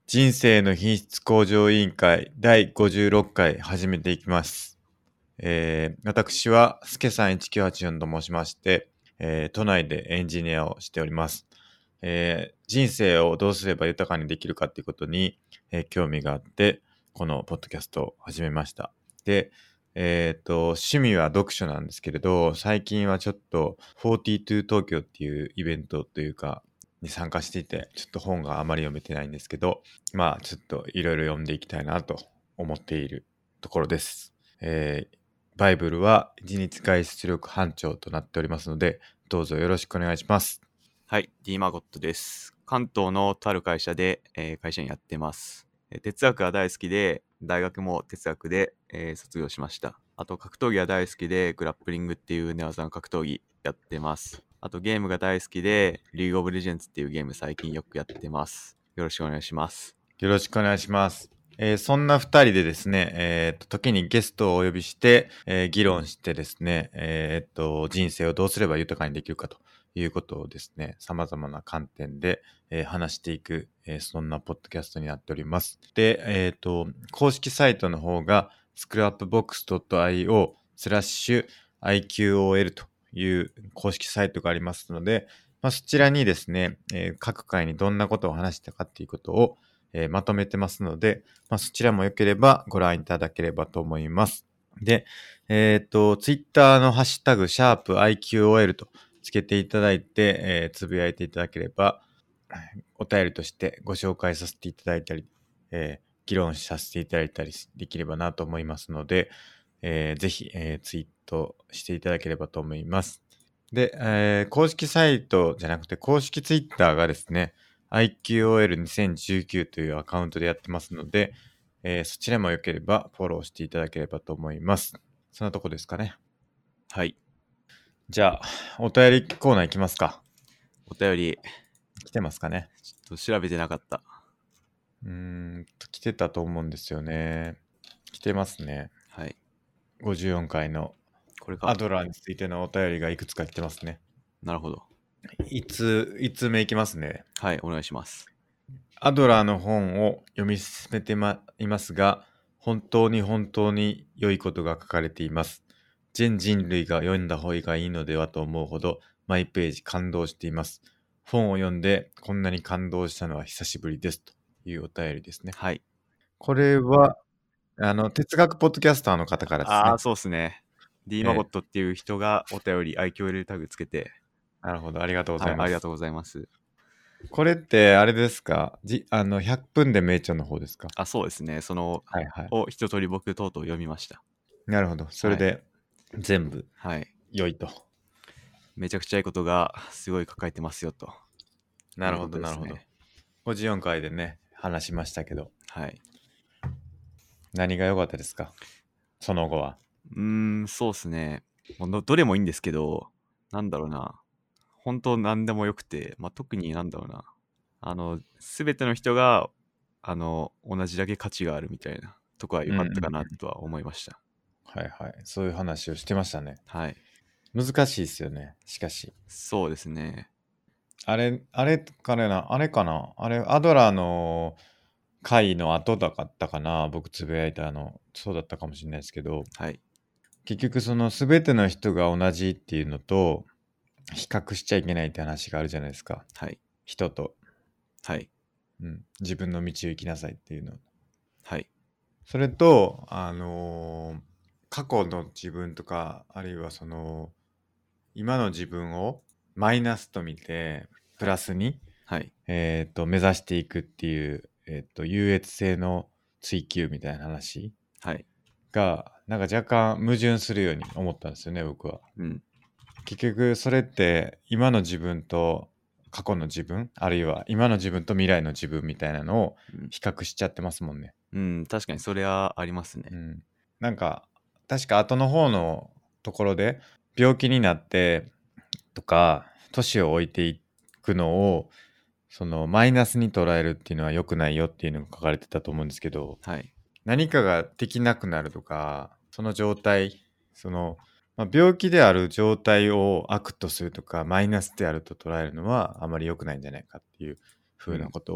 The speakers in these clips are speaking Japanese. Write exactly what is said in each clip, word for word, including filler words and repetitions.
人生の品質向上委員会だいごじゅうろっかい始めていきます。えー、私はすけさんいちきゅうはちよんと申しまして、えー、都内でエンジニアをしております。えー、人生をどうすれば豊かにできるかっていうことに、えー、興味があって、このポッドキャストを始めました。で、えっと、趣味は読書なんですけれど、最近はちょっとフォーティーツー東京っていうイベントというか、に参加していて、ちょっと本があまり読めてないんですけど、まあちょっといろいろ読んでいきたいなと思っているところです。えー、バイブルは一日外出力班長となっておりますので、どうぞよろしくお願いします。 はい、D マゴットです。関東のとある会社で、えー会社員やってます。えー哲学が大好きで、大学も哲学で、えー卒業しました。あと格闘技が大好きで、グラップリングっていう寝技の格闘技やってます。あとゲームが大好きで、リーグオブレジェンズっていうゲーム最近よくやってます。よろしくお願いします。 よろしくお願いします。えーそんな二人でですね、えーと、時にゲストをお呼びして、えー議論してですね、えーと、人生をどうすれば豊かにできるかということをですね、様々な観点で、えー話していく、えーそんなポッドキャストになっております。で、えーと、公式サイトの方が スクラップボックスドットアイオー スラッシュ アイキューオーエル という公式サイトがありますので、まあ、そちらにですね、えー各回にどんなことを話したかっていうことをえーまとめてますので、まあ、そちらも良ければご覧いただければと思います。で、えっ、と、ツイッターのハッシュタグ、シャープ アイキューオーエル とつけていただいて、えーつぶやいていただければ、お便りとしてご紹介させていただいたり、えー議論させていただいたりできればなと思いますので、えーぜひ、えーツイートしていただければと思います。で、えー公式サイトじゃなくて公式ツイッターがですね、アイキューオーエルにせんじゅうきゅう というアカウントでやってますので、えーそちらも良ければフォローしていただければと思います。そんなとこですかね。 はい、 じゃあ、お便りコーナー行きますか。 お便り、 来てますかね。 ちょっと調べてなかった。 うーんと、来てたと思うんですよね。来てますね。 はい、 ごじゅうよんかいのこれか。 アドラーについてのお便りがいくつか来てますね。 なるほど。 いつ、いつ目いきますね。 はい、お願いします。 アドラーの本を読み進めてまいますが、本当に本当に良いことが書かれています。全人類が読んだ方がいいのではと思うほど、マイページ感動しています。本を読んでこんなに感動したのは久しぶりですというお便りですね。 はい。 これは、あの、哲学ポッドキャスターの方からですああ、 ね。 そうっすね。D ええ、 マゴットっていう人がお便り アイキューエル タグつけて、 なるほど。ありがとうござはい、 います。 ありがとうございます。 これってあれですかじ、あの、ひゃっぷんで名著の方ですか？ あ、そうですね。その、 はいはい。 を一通り僕とうとう読みました。 なるほど。それはい。 で全部はい。 良いと。 めちゃくちゃいいことがすごい書かれてますよとなるほど、 いうことでなるほど。 すね。 ごじゅうよんかいでね、話しましたけど、 はい。 何が良かったですか？その後は。 うーん、そうですね。もうどどれもいいんですけど、なんだろうな。本当何でもよくて、まあ、特になんだろうな。あの、すべての人が、あの、同じだけ価値があるみたいなとこは良うんうんうん。 かったかなとは思いました。 はいはい。そういう話をしてましたね。 はい。 難しいですよね。しかし。 そうですね。 あれ、あれかな、あれかな。あれ、アドラーの回の後だったかな。僕つぶやいたの。そうだったかもしれないですけど、 はい。 結局その全ての人が同じっていうのと、比較しちゃいけないって話があるじゃないですか。 はい。 人と。 はい。 うん。自分の道を行きなさいっていうの。 はい。 それと、あのー過去の自分とか、あるいはその、今の自分をマイナスと見て、プラスに、 はい。 えっと、目指していくっていう、えっと、優越性の追求みたいな話はい。 が、なんか若干矛盾するように思ったんですよね、僕は。 うん。 結局、それって今の自分と過去の自分、あるいは今の自分と未来の自分みたいなのをうん比較しちゃってますもんね。 うん、確かにそれはありますね。 うん。なんか、確か後の方のところで、病気になってとか、年を置いていくのを、そのマイナスに捉えるっていうのは良くないよっていうのが書かれてたと思うんですけど、 はい。 何かができなくなるとか、その状態、その、まあ、病気である状態を悪とするとか、マイナスであると捉えるのはあまり良くないんじゃないかっていうふうなことを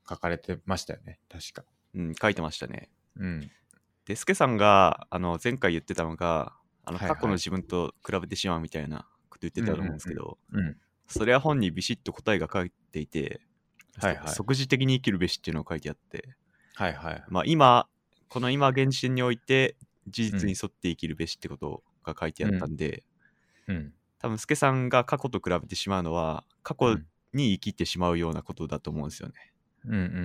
書かれてましたよね、確か。 うん、書いてましたね。 うん。 で、スケさんが、あの、前回言ってたのが、あの、過去のはいはい。 自分と比べてしまうみたいなこと言ってうんうたと思うんですけんど、 うん。うん。 それは本にビシッと答えが書いていて、 はいはい。 即時的に生きるべしっていうのを書いてあって、 はいはい。 まあ今、この今現時点において、事うん。 実に沿って生きるべしってことが書いてあうん。 ったんで、 うん。 多分、スケさんが過去と比べてしまうのは、過去うん。 に生きてしまうようなことだと思うんですよね。 うんうんうん。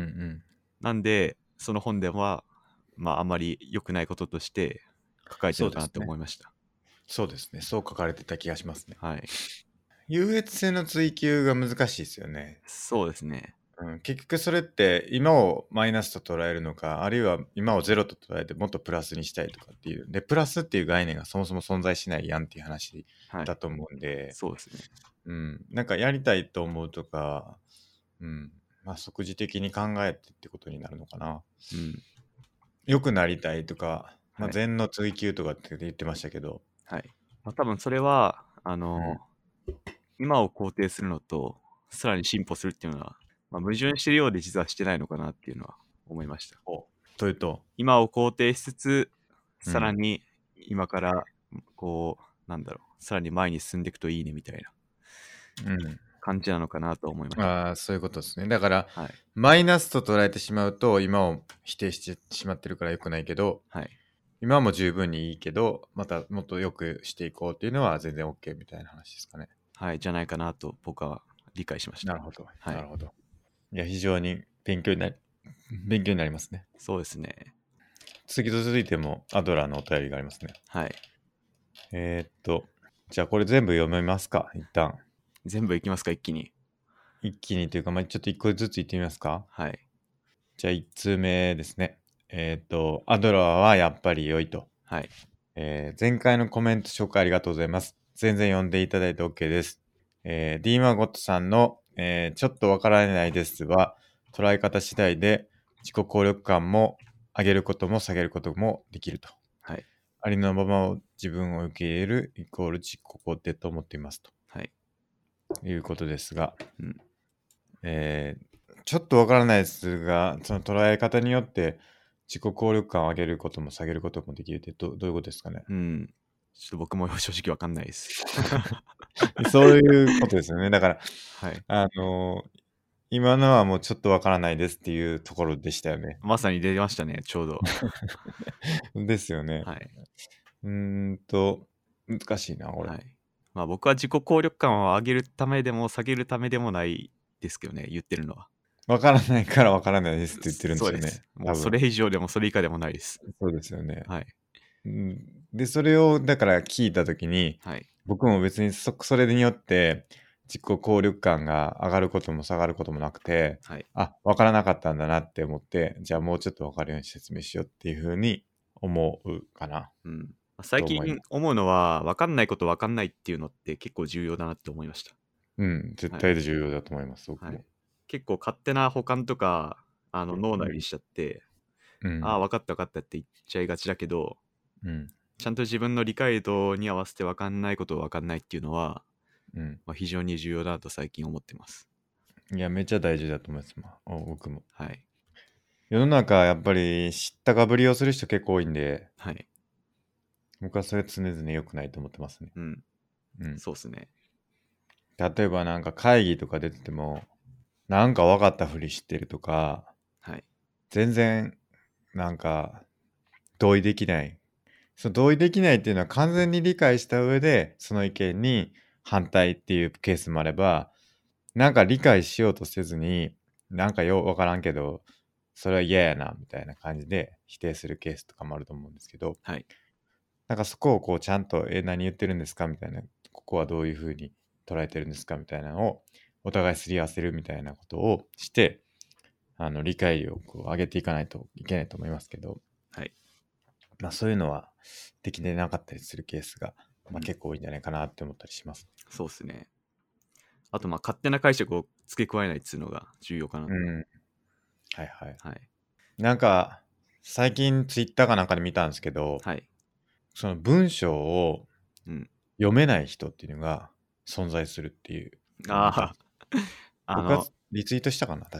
なんで、その本では、まあ、あまり良くないこととして書かれてるのかなってそうですね。 思いました。 そうですね。そう書かれてた気がしますね。 はい。 優越性の追求が難しいですよね。 そうですね。 うん、結局それって今をマイナスと捉えるのか、あるいは今をゼロと捉えてもっとプラスにしたいとかっていう。で、プラスっていう概念がそもそも存在しないやんっていう話はい。 だと思うんで、 そうですね。 うん、なんかやりたいと思うとか、うん、まあ即時的に考えてってことになるのかな。 うん。 良くなりたいとか、まあ、 はい。 善の追求とかって言ってましたけど、 はい。まあ、多分それは、あうん、 の、今を肯定するのと、さらに進歩するっていうのは、まあ、矛盾してるようで実はしてないのかなっていうのは思いました。 というと、 今を肯定しつつ、 うん、 さらに今からこう、なんだろう、さらに前に進んでいくといいねみたいなうん。 感じなのかなと思いました。 ああ、そういうことですね。だから、 はい。 マイナスと捉えてしまうと、今を否定してしまってるから良くないけど、 はい。 今も十分にいいけど、またもっと良くしていこうっていうのは全然 OK みたいな話ですかね。 はい。じゃないかなと僕は理解しました。 なるほど。 はい。 なるほど。いや、非常に勉強になり、勉強になりますね。 そうですね。 次と続いてもアドラーのお便りがありますね。 はい。 えー、っと、じゃあこれ全部読めますか一旦。 全部いきますか、一気に。 一気にというか、まあ、ちょっと一個ずつ言ってみますか。 はい。 じゃあ一通目ですね。えー、っと、アドラーはやっぱり良いと。 はい。 えー前回のコメント紹介ありがとうございます。全然読んでいただいて OK です。えー、ディーマゴットさんの、えーちょっとわからないですは、捉え方次第で自己効力感も上げることも下げることもできると。 はい。 ありのままを自分を受け入れるイコール自己肯定と思っていますとはい。 いうことですが、 うん。 えーちょっとわからないですが、その捉え方によって自己効力感を上げることも下げることもできるってどどういうことですかね。 うん。ちょっと僕も正直わかんないです。 そういうことですよね。だから、 はい。 あのー今のはもうちょっとわからないですっていうところでしたよね。 まさに出ましたね、ちょうど。 ですよね。 はい。 うーんと、難しいな、これ。 はい。まあ僕は自己効力感を上げるためでも下げるためでもないですけどね、言ってるのは。 わからないからわからないですって言ってるんですよね。 そうです。も多分。 うそれ以上でもそれ以下でもないです。 そうですよね。 はい。 うんで、それをだから聞いたときに、 はい。 僕も別にそそれによって自己効力感が上がることも下がることもなくて、 はい。 あ、わからなかったんだなって思って、じゃあもうちょっとわかるように説明しようっていうふうに思うかな。 うん。最近と思います思うのは、分かんないこと分かんないっていうのって結構重要だなって思いました。 うん、絶対重要だと思います、僕も。 はい。結構勝手な補完とか、あの脳内にしちゃって、 うん。 ああ、分かった分かったって言っちゃいがちだけど、 うん。 ちゃんと自分の理解度に合わせて分かんないことを分かんないっていうのは、 うん。 まあ、非常に重要だなと最近思ってます。 いや、めっちゃ大事だと思います、まあ、お僕も。 はい。 世の中、やっぱり知ったかぶりをする人結構多いんで、 はい。 僕はそれ常々良くないと思ってますね。 うん。 うん。 そうっすね。 例えばなんか会議とか出てても、なんか分かったふりしてるとか、 はい。 全然なんか同意できない。その同意できないっていうのは完全に理解した上で、その意見に反対っていうケースもあれば、なんか理解しようとせずに、なんかよう分からんけど、それは嫌やな、みたいな感じで否定するケースとかもあると思うんですけど、 はい。 なんかそこをこうちゃんと、え、何言ってるんですかみたいな、ここはどういうふうに捉えてるんですかみたいなのを、お互いすり合わせるみたいなことをして、あの、理解をこう上げていかないといけないと思いますけど、 はい。 まあそういうのはできてなかったりするケースが、まあ、 うん結構多いんじゃないかなって思ったりします。 そうっすね。あと、まあ、勝手な解釈を付け加えないっていうのが重要かな。 うん。はいはい。 はい。 なんか、最近ツイッターかなんかで見たんですけど、 はい。 その文章をうん。 読めない人っていうのが存在するっていう。 ああ、あ僕はの、 リツイートしたかな確か。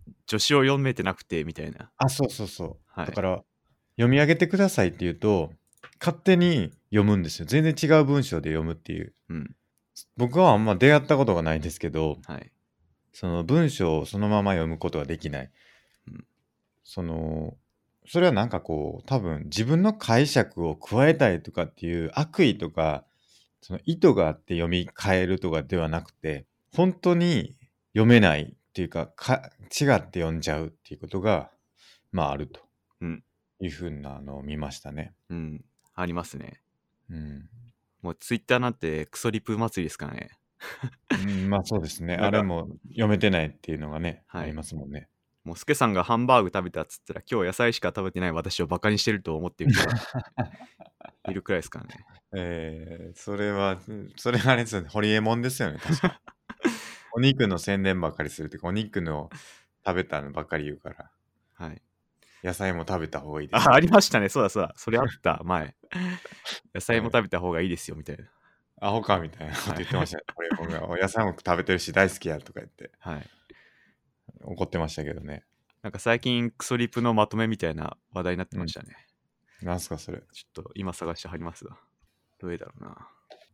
助詞を読めてなくてみたいな。 あ、そうそうそう。 はいだから読み上げてくださいって言うと勝手に読むんですよ。全然違う文章で読むっていう。 うん。 僕はあんま出会ったことがないんですけど、 はい。 その文章をそのまま読むことができない。 うんそのそれはなんかこう多分自分の解釈を加えたいとかっていう悪意とかその意図があって読み替えるとかではなくて本当に読めないっていうか、か違って読んじゃうっていうことがまああるとうん。 いうふうなのを見ましたね。 うん。ありますね。 うん。 もうツイッターなんてクソリプ祭りですからね。 うん、まあそうですね。 なんかあれも読めてないっていうのがね、 はいありますもんね。 もうスケさんがハンバーグ食べたっつったら今日野菜しか食べてない私をバカにしてると思ってる人がいるくらいですからね。 えー、それは、うんそれはあれですよね。ホリエモンですよね、確か。お肉の宣伝ばっかりするっていうか、お肉の食べたのばっかり言うから、 はい。 野菜も食べた方がいいですあ、あよ。 りましたね。そうだそうだ。それあった前。野菜も食べた方がいいですよみたいな。 アホかみたいなこと言ってましたね。ホリエモンが、お野菜も食べてるし大好きやとか言ってはい。 怒ってましたけどね。 なんか最近クソリプのまとめみたいな話題になってましたね。 なんすかそれ。 ちょっと今探してはりますわ。どれだろうな。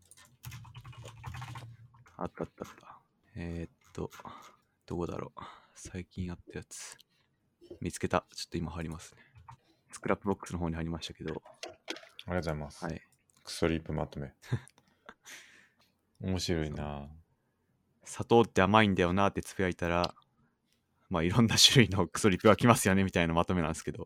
あったあったあった。えー、っと、どこだろう。最近やったやつ。見つけた。ちょっと今貼りますね。スクラップボックスの方に貼りましたけど。 ありがとうございます。 はい。 クソリップまとめ。面白いな。 砂糖って甘いんだよなってつぶやいたら、まあいろんな種類のクソリプが来ますよねみたいなまとめなんですけど。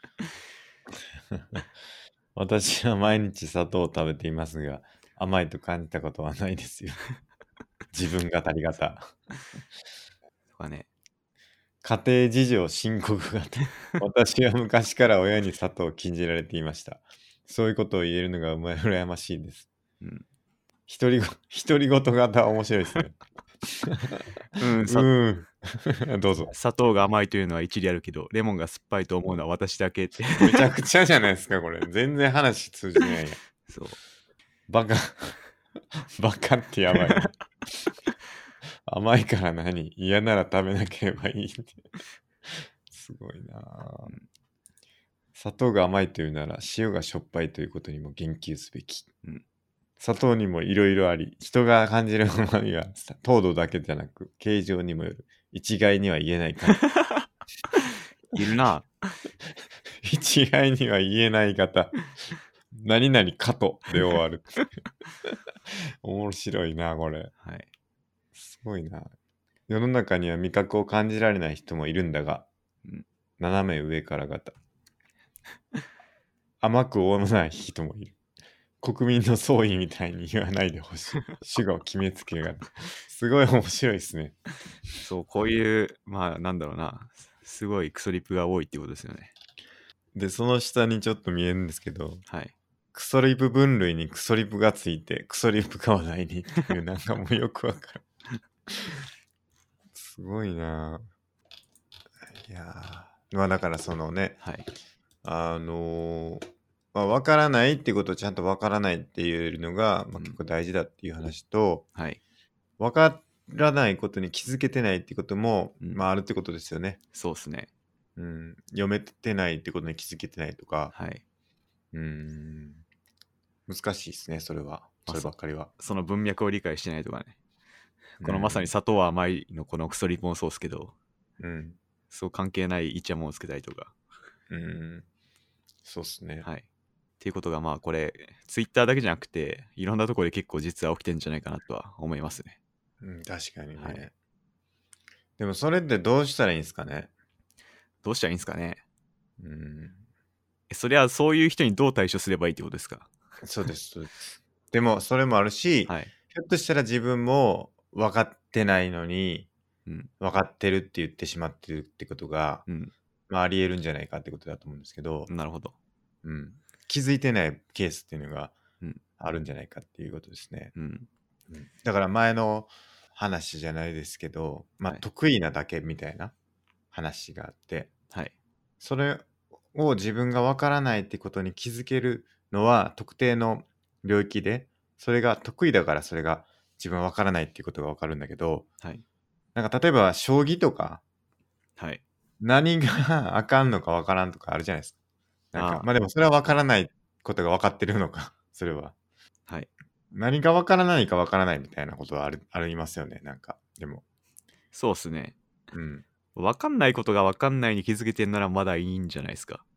私は毎日砂糖を食べていますが、甘いと感じたことはないですよ。自分語り方。 とかね。 家庭事情深刻型。私は昔から親に砂糖を禁じられていました。そういうことを言えるのがうま羨ましいです。 うん。 独りご、独り言型は面白いですね。 うん、さうん。どうぞ。 砂糖が甘いというのは一理あるけど、レモンが酸っぱいと思うのは私だけって。 めちゃくちゃじゃないですか、これ。全然話通じないやん。 そう。 バカ。バカってやばい。甘いから何嫌なら食べなければいいって。すごいなぁ、 うん砂糖が甘いというなら塩がしょっぱいということにも言及すべき。 うん砂糖にもいろいろあり、人が感じる旨味は糖度だけじゃなく、形状にもよる。一概には言えないか。 いるな。 一概には言えない方。何々かとで終わる。面白いな、これ。 はい。 すごいな。世の中には味覚を感じられない人もいるんだが、 うん斜め上から型。甘く追わない人もいる。国民の総意みたいに言わないでほしい。主語を決めつけが。すごい面白いですね。 そう、こういう、まあなんだろうな。すごいクソリプが多いってことですよね。 で、その下にちょっと見えるんですけど、 はい。 クソリプ分類にクソリプがついて、クソリプが話題にっていう、なんかもうよくわかる。すごいなぁ。いやーまあだからそのね、 はい。 あのーまあ、わからないっていうことをちゃんとわからないっていうのが、まあ、 うん結構大事だっていう話と、 はい。 わからないことに気づけてないってことも、 うんまああるってことですよね。 そうですね。 うん。読めてないってことに気づけてないとか、 はい。 うーん。難しいですね、それは。そればっかりは。 その文脈を理解してないとかね。このまさにうん砂糖は甘いのこのクソリプもそうですけど、 うん。 そう関係ないイチャモンをつけたりとか。 うん。そうっすね。 はい。っていうことがまあこれ、ツイッターだけじゃなくて、いろんなところで結構実は起きてるんじゃないかなとは思いますね。 うん、確かにね。 はいでもそれってどうしたらいいんですかね。 どうしたらいいんですかね。 うん。 えそれはそういう人にどう対処すればいいってことですか。 そうです、そうです。でもそれもあるし、 はい。 ひょっとしたら自分も分かってないのに、 うん。 分かってるって言ってしまってるってことが、 うん。 まあ、ありえるんじゃないかってことだと思うんですけど、 なるほど。 うん、気づいてないケースっていうのがうんあるんじゃないかっていうことですね。 うん。 うんだから前の話じゃないですけど、まあ、 はい得意なだけみたいな話があって、 はい。 それを自分が分からないってことに気づけるのは特定の領域で、それが得意だからそれが自分は分からないっていうことが分かるんだけど、 はい。 なんか例えば将棋とかはい。 何があかんのかわからんとかあるじゃないですか。なんか、 あまあでもそれはわからないことが分かってるのか、それは。 あ、はい。 何がわからないかわからないみたいなことはある、ありますよね、なんか。でも、 そうっすね。 うん。 わかんないことがわかんないに気づけてんならまだいいんじゃないですか。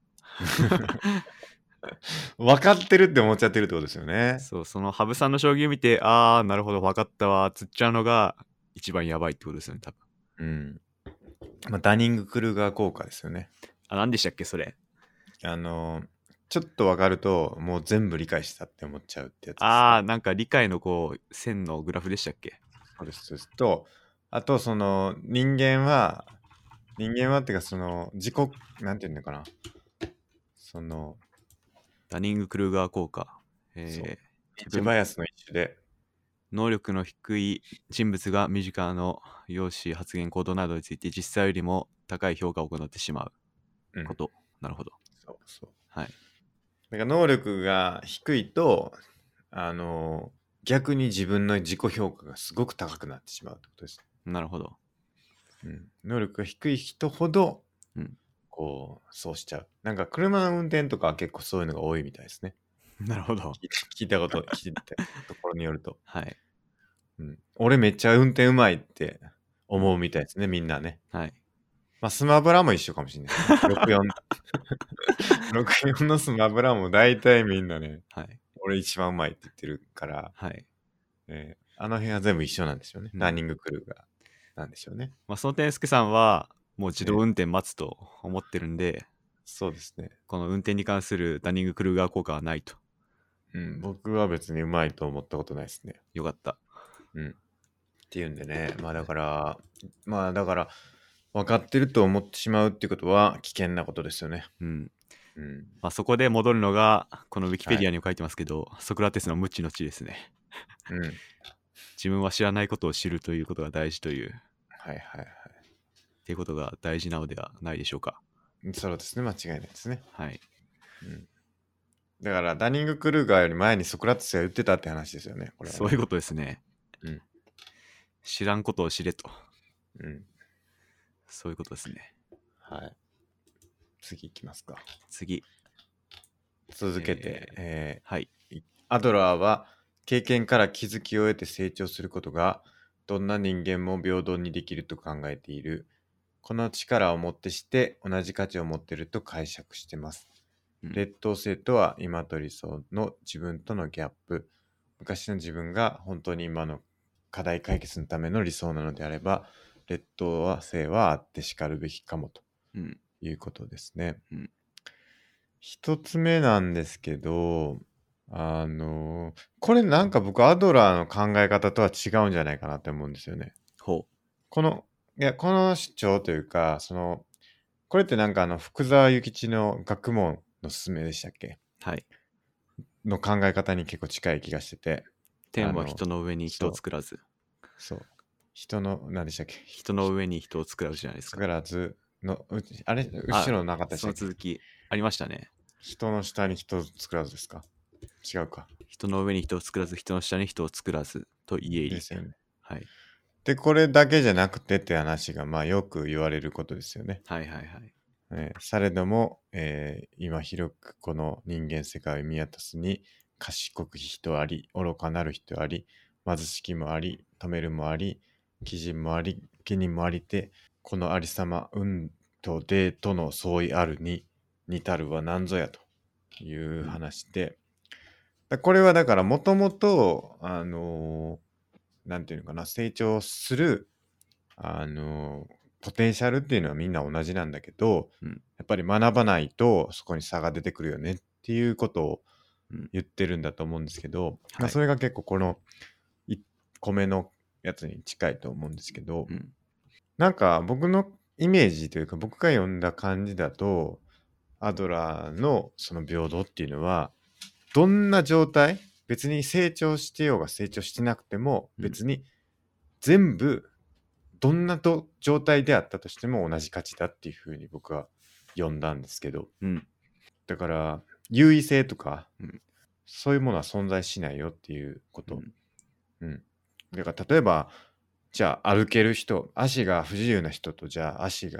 分かってるって思っちゃってるってことですよね。 そう、その羽生さんの将棋を見て、あー、なるほど、わかったわ、つっちゃうのが一番やばいってことですよね、多分。 うん。まあ、ダニング・クルーガー効果ですよね。 あ、何でしたっけ、それ。 あの、ちょっと分かると、もう全部理解したって思っちゃうってやつですね。 あー、なんか理解のこう、線のグラフでしたっけ。 そうです。そうですと、あと、その、人間は、人間はっていうか、その、自己、なんていうのかな。その、 ダニング・クルーガー効果。 そう、 えー、 リー自分、 チバイアスの一種で、 能力の低い人物が身近の容姿、発言、行動などについて実際よりも高い評価を行ってしまうん、 うこと。なるほど。 そうそう。 はい。 だから能力が低いと、あの、逆に自分の自己評価がすごく高くなってしまうってことです。 なるほど。 うん、能力が低い人ほど、 うん。 こう、そうしちゃう。なんか車の運転とかは結構そういうのが多いみたいですね。 なるほど。 聞い聞いたこと、聞いたところによると。 はい。 うん、俺めっちゃ運転うまいってうん。 思うみたいですね、みんなね。 はい。 まあ、スマブラも一緒かもしれないですね。ろくよん、ろくよんのスマブラも大体みんなね、 はい。 俺一番うまいって言ってるから、 はい。 えーあの辺は全部一緒なんですよね。 うん。 ランニングクルーがなんでしょうね。 まあ、その点、すけさんは、もう自動えー運転待つと思ってるんで、 そうですね。 この運転に関するダニング・クルーガー効果はないと。 うん、僕は別にうまいと思ったことないですね。 よかった。 うん。っていうんでね、まあだから、まあだから、分かってると思ってしまうっていうことは危険なことですよね。 うん。 うん。 まあ、そこで戻るのが、このウィキペはい。 ディアにも書いてますけど、ソクラテスの無知の知ですね。 うん。 自分は知らないことを知るということが大事という、っはいはいはていうことが大事なのではないでしょうか。 い。そうですね、間違いないですね。 はい。 うん。だから、ダニング・クルーガーより前にソクラテスが言ってたって話ですよね、これはね。 そういうことですね。 うん。 知らんことを知れと。 うん。 そういうことですね。 はい。次いきますか。 次。 続けて、えはい。 ーいアドラーは経験から気づきを得て成長することがどんな人間も平等にできると考えている。この力をもってして同じ価値を持っていると解釈しています。 うん。 劣等生とは今と理想の自分とのギャップ。昔の自分が本当に今の課題解決のための理想なのであれば、劣等生はあってしかるべきかもとうん。 いうことですね。 うん。 一つ目なんですけど、あの、これなんか僕アドラーの考え方とは違うんじゃないかなって思うんですよね。 ほこの、いや、この主張というか、その、これってなんかあの、福沢諭吉の学問のすすめでしたっけう。はい。 の考え方に結構近い気がしてて、 天はあの、 人の上に人そう、 を作らず、 そう、人の、何でしたっけ人の上に人を作らずじゃないですか。 作らずの、うあれ後あ、 ろなかったでしそたっけの続き、ありましたね。 人の下に人を作らずですか違うか。 人の上に人を作らず、人の下に人を作らずと言えり。 ですよね。 はい。 で、これだけじゃなくてって話が、まあよく言われることですよね。 はいはいはい。 えーされども、えー今広くこの人間世界を見渡すに、賢く人あり、愚かなる人あり、貧しきもあり、止めるもあり、鬼人もあり、義人もありて、このありさま、運とデとの相違あるに、似たるは何ぞやという話で、だこれはだからもともと、あのーなんていうのかな、成長する、あのーポテンシャルっていうのはみんな同じなんだけど、 うん。 やっぱり学ばないとそこに差が出てくるよねっていうことをうん。 言ってるんだと思うんですけど、まあ、 はい。 それが結構このいっこめのやつに近いと思うんですけど、 うん。 なんか僕のイメージというか僕が読んだ感じだと、アドラーのその平等っていうのは、どんな状態、別に成長してようが成長してなくても、 うん別に全部どんなと状態であったとしても同じ価値だっていうふうに僕は読んだんですけど、 うん。 だから優位性とか、 うんそういうものは存在しないよっていうこうと。 ん。 うん。だから例えば、じゃあ歩ける人、足が不自由な人とじゃあ足が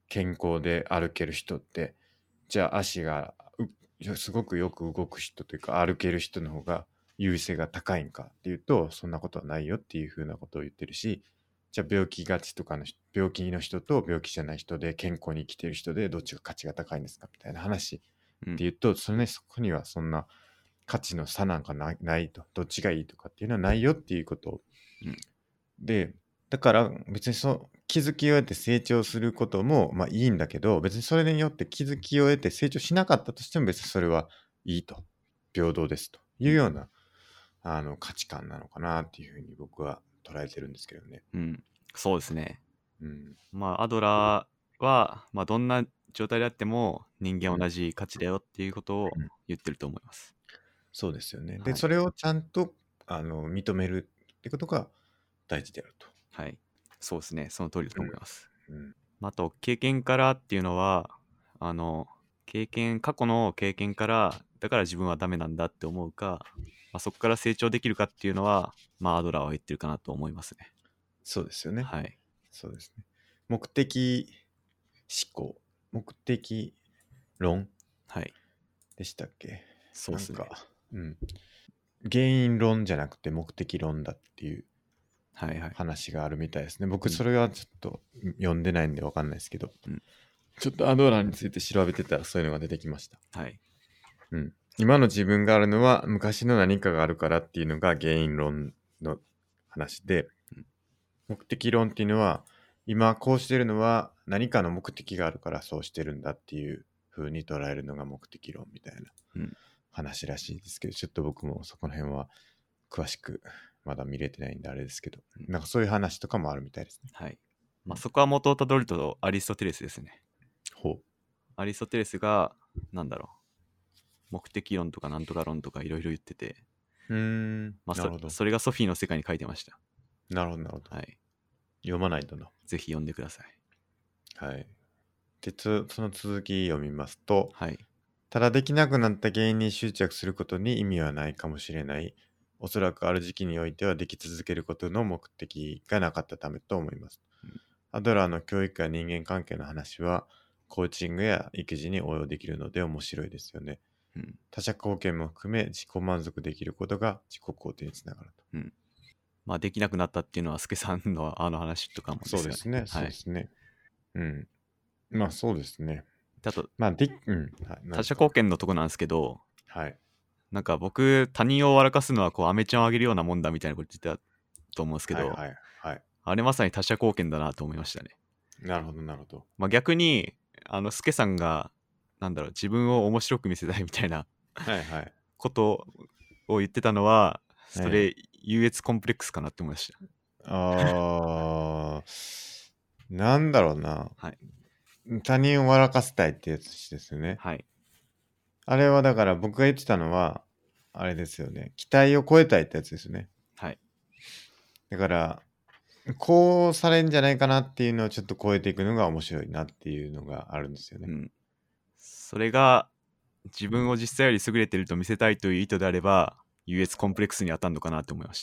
健康で歩ける人って、じゃあ足がすごくよく動く人というか歩ける人の方が優位性が高いんかっていうと、そんなことはないよっていうふうなことを言ってるし、じゃあ病気がちとかの病気の人と病気じゃない人で健康に生きてる人でどっちが価値が高いんですかみたいな話っていうと、うん、それね、そこにはそんな価値の差なんかな い, ないと、どっちがいいとかっていうのはないよっていうことを、うん、で、だから別にそう気づきを得て成長することもまあいいんだけど、別にそれによって気づきを得て成長しなかったとしても別にそれはいいと、平等ですというようなあの価値観なのかなっていうふうに僕は捉えてるんですけどね。 うん、そうですね。 うん、 まあアドラーは、まあ、どんな状態であっても人間同じ価値だよっていうことを言ってると思います。 うん、そうですよね。で、 はい、 それをちゃんとあの認めるってことが大事であると。 はい、そうですね。その通りだと思います。 うんうん、 あと経験からっていうのは、あの経験過去の経験からだから自分はダメなんだって思うか、まあ、そこから成長できるかっていうのは、まあ、アドラーは言ってるかなと思いますね。 そうですよね。 はい。 そうですね。目的思考、目的論でしたっけ？はい、 そうですね。 なんか、うん。原因論じゃなくて目的論だっていう話があるみたいですね。はいはい、僕それはちょっと読んでないんで分かんないですけど、うん、ちょっとアドラーについて調べてたらそういうのが出てきました。 はい。 うん。今の自分があるのは昔の何かがあるからっていうのが原因論の話で、うん、目的論っていうのは今こうしてるのは何かの目的があるからそうしてるんだっていう風に捉えるのが目的論みたいな話らしいですけど、ちょっと僕もそこの辺は詳しくまだ見れてないんであれですけど、うん、なんかそういう話とかもあるみたいですね。 はい。まあ、そこは元をたどるとアリストテレスですね。 ほう。 アリストテレスがなんだろう、目的論とかなんとか論とかいろいろ言ってて、 うーん、 まあ、 なるほど。 そ, それがソフィーの世界に書いてました。 なるほどなるほど。 はい。 読まないとな。 ぜひ読んでください。 はい。で、その続き読みますと、 はい。 ただできなくなった原因に執着することに意味はないかもしれない。おそらくある時期においてはでき続けることの目的がなかったためと思います。うん、アドラーの教育や人間関係の話は、コーチングや育児に応用できるので面白いですよね。うん、他者貢献も含め自己満足できることが自己肯定につながると。 うん、まあ、できなくなったっていうのは、スケさんのあの話とかもですよね。 そうですね。そうですね。はい、うん。まあそうですね。 あと、 まあで、うん、 他者貢献のとこなんですけど、 はい。 なんか僕、他人を笑かすのはこうアメちゃんをあげるようなもんだみたいなこと言ってたと思うんですけど、はいはいはい、あれまさに他者貢献だなと思いましたね。 なるほどなるほど。 まあ逆に、あの、スケさんが、なんだろう、自分を面白く見せたいみたいなはいはい、 ことを言ってたのは、それ、優越コンプレックスかなって思いました。 あー、なんだろうな。 はい。 他人を笑かせたいってやつですよね。 はい。 あれはだから僕が言ってたのは、あれですよね。期待を超えたいってやつですよね。 はい。 だから、こうされんじゃないかなっていうのをちょっと超えていくのが面白いなっていうのがあるんですよね。 うん。それが、自分を実際より優れてると見せたいという意図であれば、優越コンプレックスに当たるのかなって思いました。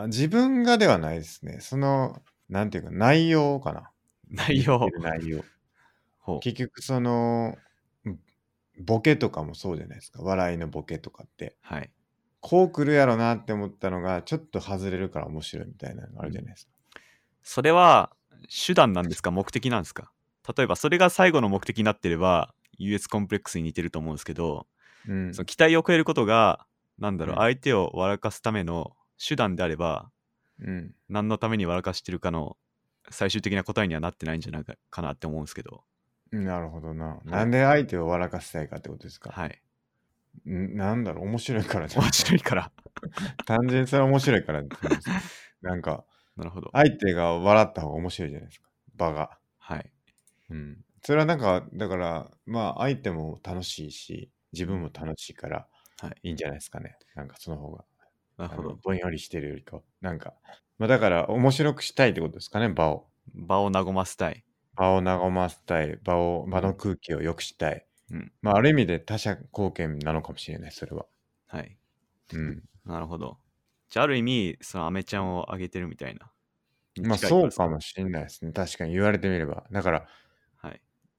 あ、自分がではないですね。その、なんていうか、内容かな。 内容。 内容。結局、その、ボケとかもそうじゃないですか。笑いのボケとかって。はい。こう来るやろなって思ったのが、ちょっと外れるから面白いみたいなのがあるじゃないですか。うん、 それは、手段なんですか目的なんですか？例えば、それが最後の目的になってれば、優越コンプレックスに似てると思うんですけど、うん、その期待を超えることが、なんだろう、うん、相手を笑かすための手段であれば、うん、何のために笑かしてるかの最終的な答えにはなってないんじゃないかなって思うんですけど。 なるほどな。はい、なんで相手を笑かしたいかってことですか？はい。んなんだろう、面白いからじゃん。 面白いから。 単純にそれは面白いからって言うんですよ。なんか、なるほど。相手が笑った方が面白いじゃないですか。場が。はい。うん。それはなんか、だから、まあ、相手も楽しいし、自分も楽しいから、いいんじゃないですかね。なんかその方が。なるほど。ぼんやりしてるよりか。なんか、まあだから面白くしたいってことですかね、場を。 場を和ませたい。 場を和ませたい。場を、場の空気を良くしたい。うん。まあ、ある意味で他者貢献なのかもしれない、それは。 はい。うん。なるほど。じゃあ、ある意味、そのアメちゃんをあげてるみたいな。 まあ、そうかもしれないですね。確かに言われてみれば。だから、はい。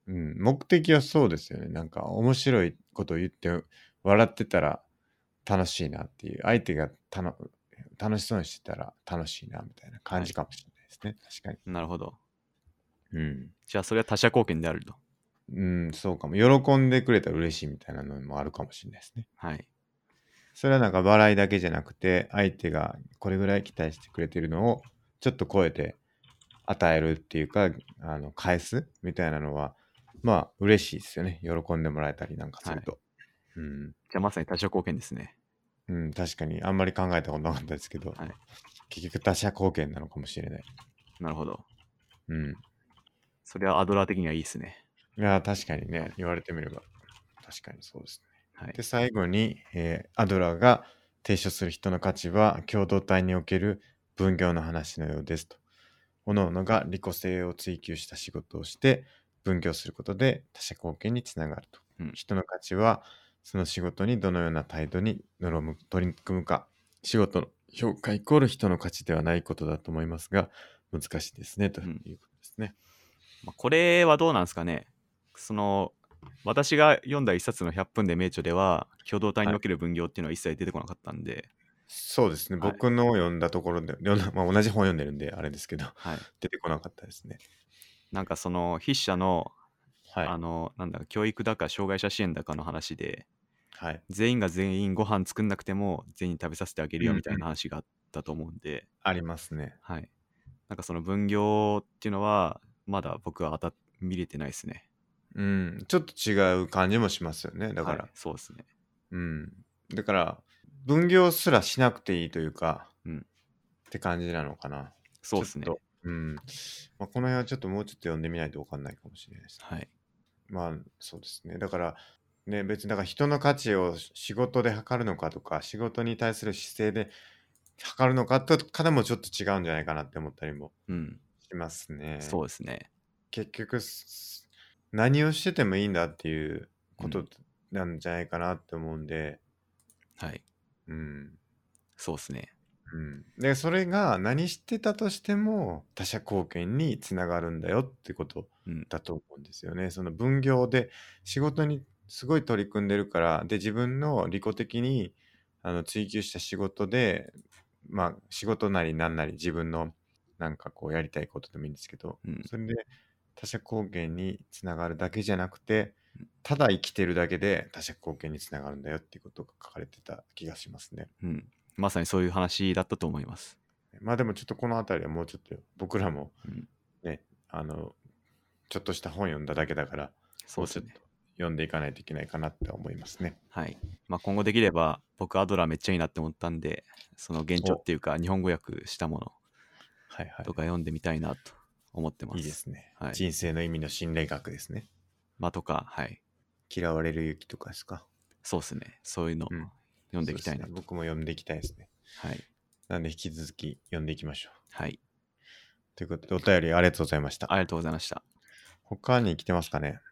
うん、目的はそうですよね。なんか面白いことを言って笑ってたら楽しいなっていう、相手がたの楽しそうにしてたら楽しいなみたいな感じかもしれないですね。確かに。 なるほど。 うん。 じゃあそれは他者貢献であると。 うん、そうかも。喜んでくれたら嬉しいみたいなのもあるかもしれないですね。 はい。 それはなんか笑いだけじゃなくて、相手がこれぐらい期待してくれてるのをちょっと超えて与えるっていうか、あの返すみたいなのは、まあ嬉しいですよね。喜んでもらえたりなんかすると。うん。 じゃあまさに他者貢献ですね。 うん、確かにあんまり考えたことなかったですけど、 はい。 結局他者貢献なのかもしれない。 なるほど。 うん。 それはアドラー的にはいいですね。 いや、確かにね、言われてみれば、確かにそうですね。 はいで、。最後に、えーアドラーが提唱する人の価値は、共同体における分業の話のようですと。各々が利己性を追求した仕事をして分業することで他者貢献につながると。 うん人の価値はその仕事にどのような態度に臨む取り組むか。仕事の評価イコール人の価値ではないことだと思いますが、難しいですねということですね。 まあ、これはどうなんですかね。その私が読んだ一冊のひゃっぷんで名著では共同体における分業っていうのは一切出てこなかったんで、 そうですね。 はい僕の読んだところで、読んだまあ、同じ本読んでるんであれですけど、 はい、 出てこなかったですね。 なんかその筆者の、 はい。 あのなんだ教育だか障害者支援だかの話で、 はい。 全員が全員ご飯作んなくても全員食べさせてあげるよみたいうんうんな話があったと思うんで、 ありますね。 はい、なんかその分業っていうのはまだ僕は当た見れてないですね。 うん。ちょっと違う感じもしますよね。だから。 はい、そうですね。 うん。だから、分業すらしなくていいというか、 うんって感じなのかな。 そうですね。 ちょっと、うん。まあ、この辺はちょっともうちょっと読んでみないと分かんないかもしれないです。 はいまあ、そうですね。だから、ね、別に、だから人の価値を仕事で測るのかとか、仕事に対する姿勢で測るのかとかでもちょっと違うんじゃないかなって思ったりもうんしますね。 そうですね。 結局、す何をしててもいいんだっていうことうんなんじゃないかなって思うんで、 はいうん。 そうですね。 うん、でそれが何してたとしても他者貢献につながるんだよってことうんだと思うんですよね。その分業で仕事にすごい取り組んでるからで自分の利己的にあの追求した仕事でまあ仕事なりなんなり自分のなんかこうやりたいことでもいいんですけど、 うんそれで他者貢献につながるだけじゃなくてただ生きてるだけで他者貢献につながるんだよっていうことが書かれてた気がしますね。 うんまさにそういう話だったと思います。 まあでもちょっとこの辺りはもうちょっと僕らもうんね、あの、ちょっとした本読んだだけだから、 そうですね。 もうちょっと読んでいかないといけないかなって思いますね。 はい。まあ今後できれば僕アドラーめっちゃいいなって思ったんで、その原著っていうか日本語訳したものはいはいと。か読んでみたいなと思ってます。 いいですね。 はい。 人生の意味の心理学ですね。 まあとか、はい。 嫌われる勇気とかですか。 そうですね。そういうのうん読んでいきたいなと。 そうですね。僕も読んでいきたいですね。 はい。 なんで引き続き読んでいきましょう。 はい。 ということで、お便りありがとうございました。 ありがとうございました。 他に来てますかね。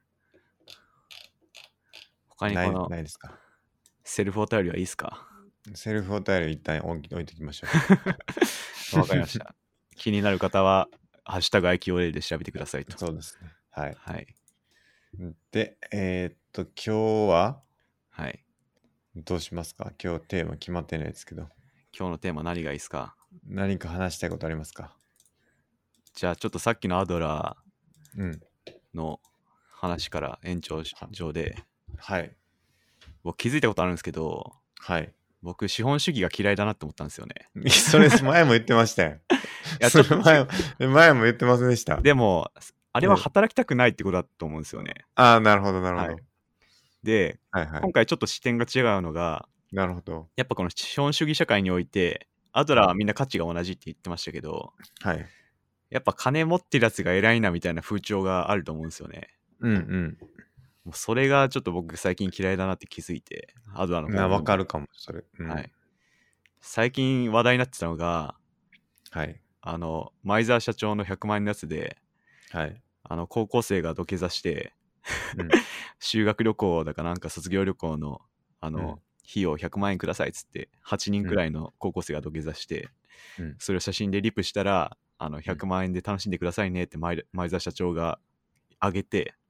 ない他にこのないですか。 セルフお便りはいいですか？ セルフお便り一旦置い置いておきましょわかりました。気になる方は、ハッシュタグ アイキューオーエル で調べてくださいと。 そうですね。はい。 はい。 で、えーっと、今日ははい。 どうしますか。今日テーマ決まってないですけど。 今日のテーマ何がいいですか？ 何か話したいことありますか。 じゃあちょっとさっきのアドラうん。 ーの話から延長上で、 はい。 僕気づいたことあるんですけど、 はい。 僕資本主義が嫌いだなって思ったんですよね。 それ前も言ってましたよ。 いやそちょっとれ前も前も言ってませんでした。 でもあれは働きたくないってことだと思うんですよね。 ああ、なるほど、なるほど。 はいで、 はいはい。 今回ちょっと視点が違うのが、 なるほど。 やっぱこの資本主義社会において、アドラーはみんな価値が同じって言ってましたけど、 はい。 やっぱ金持ってるやつが偉いなみたいな風潮があると思うんですよね。 うんうん。 もうそれがちょっと僕最近嫌いだなって気づいて、アドラーのな、 本をわかるかも、それ。うん、 はい。最近話題になってたのが、 はい。 あの、前澤社長のひゃくまんえんのやつで、 はい。 あの、高校生が土下座して、 うん修学旅行だかなんか卒業旅行の、あの、 うん費用ひゃくまんえんくださいっつって、はちにんくらいの高校生が土下座して、 うんそれを写真でリプしたら、あのひゃくまんえんで楽しんでくださいねって前前澤社長があげて、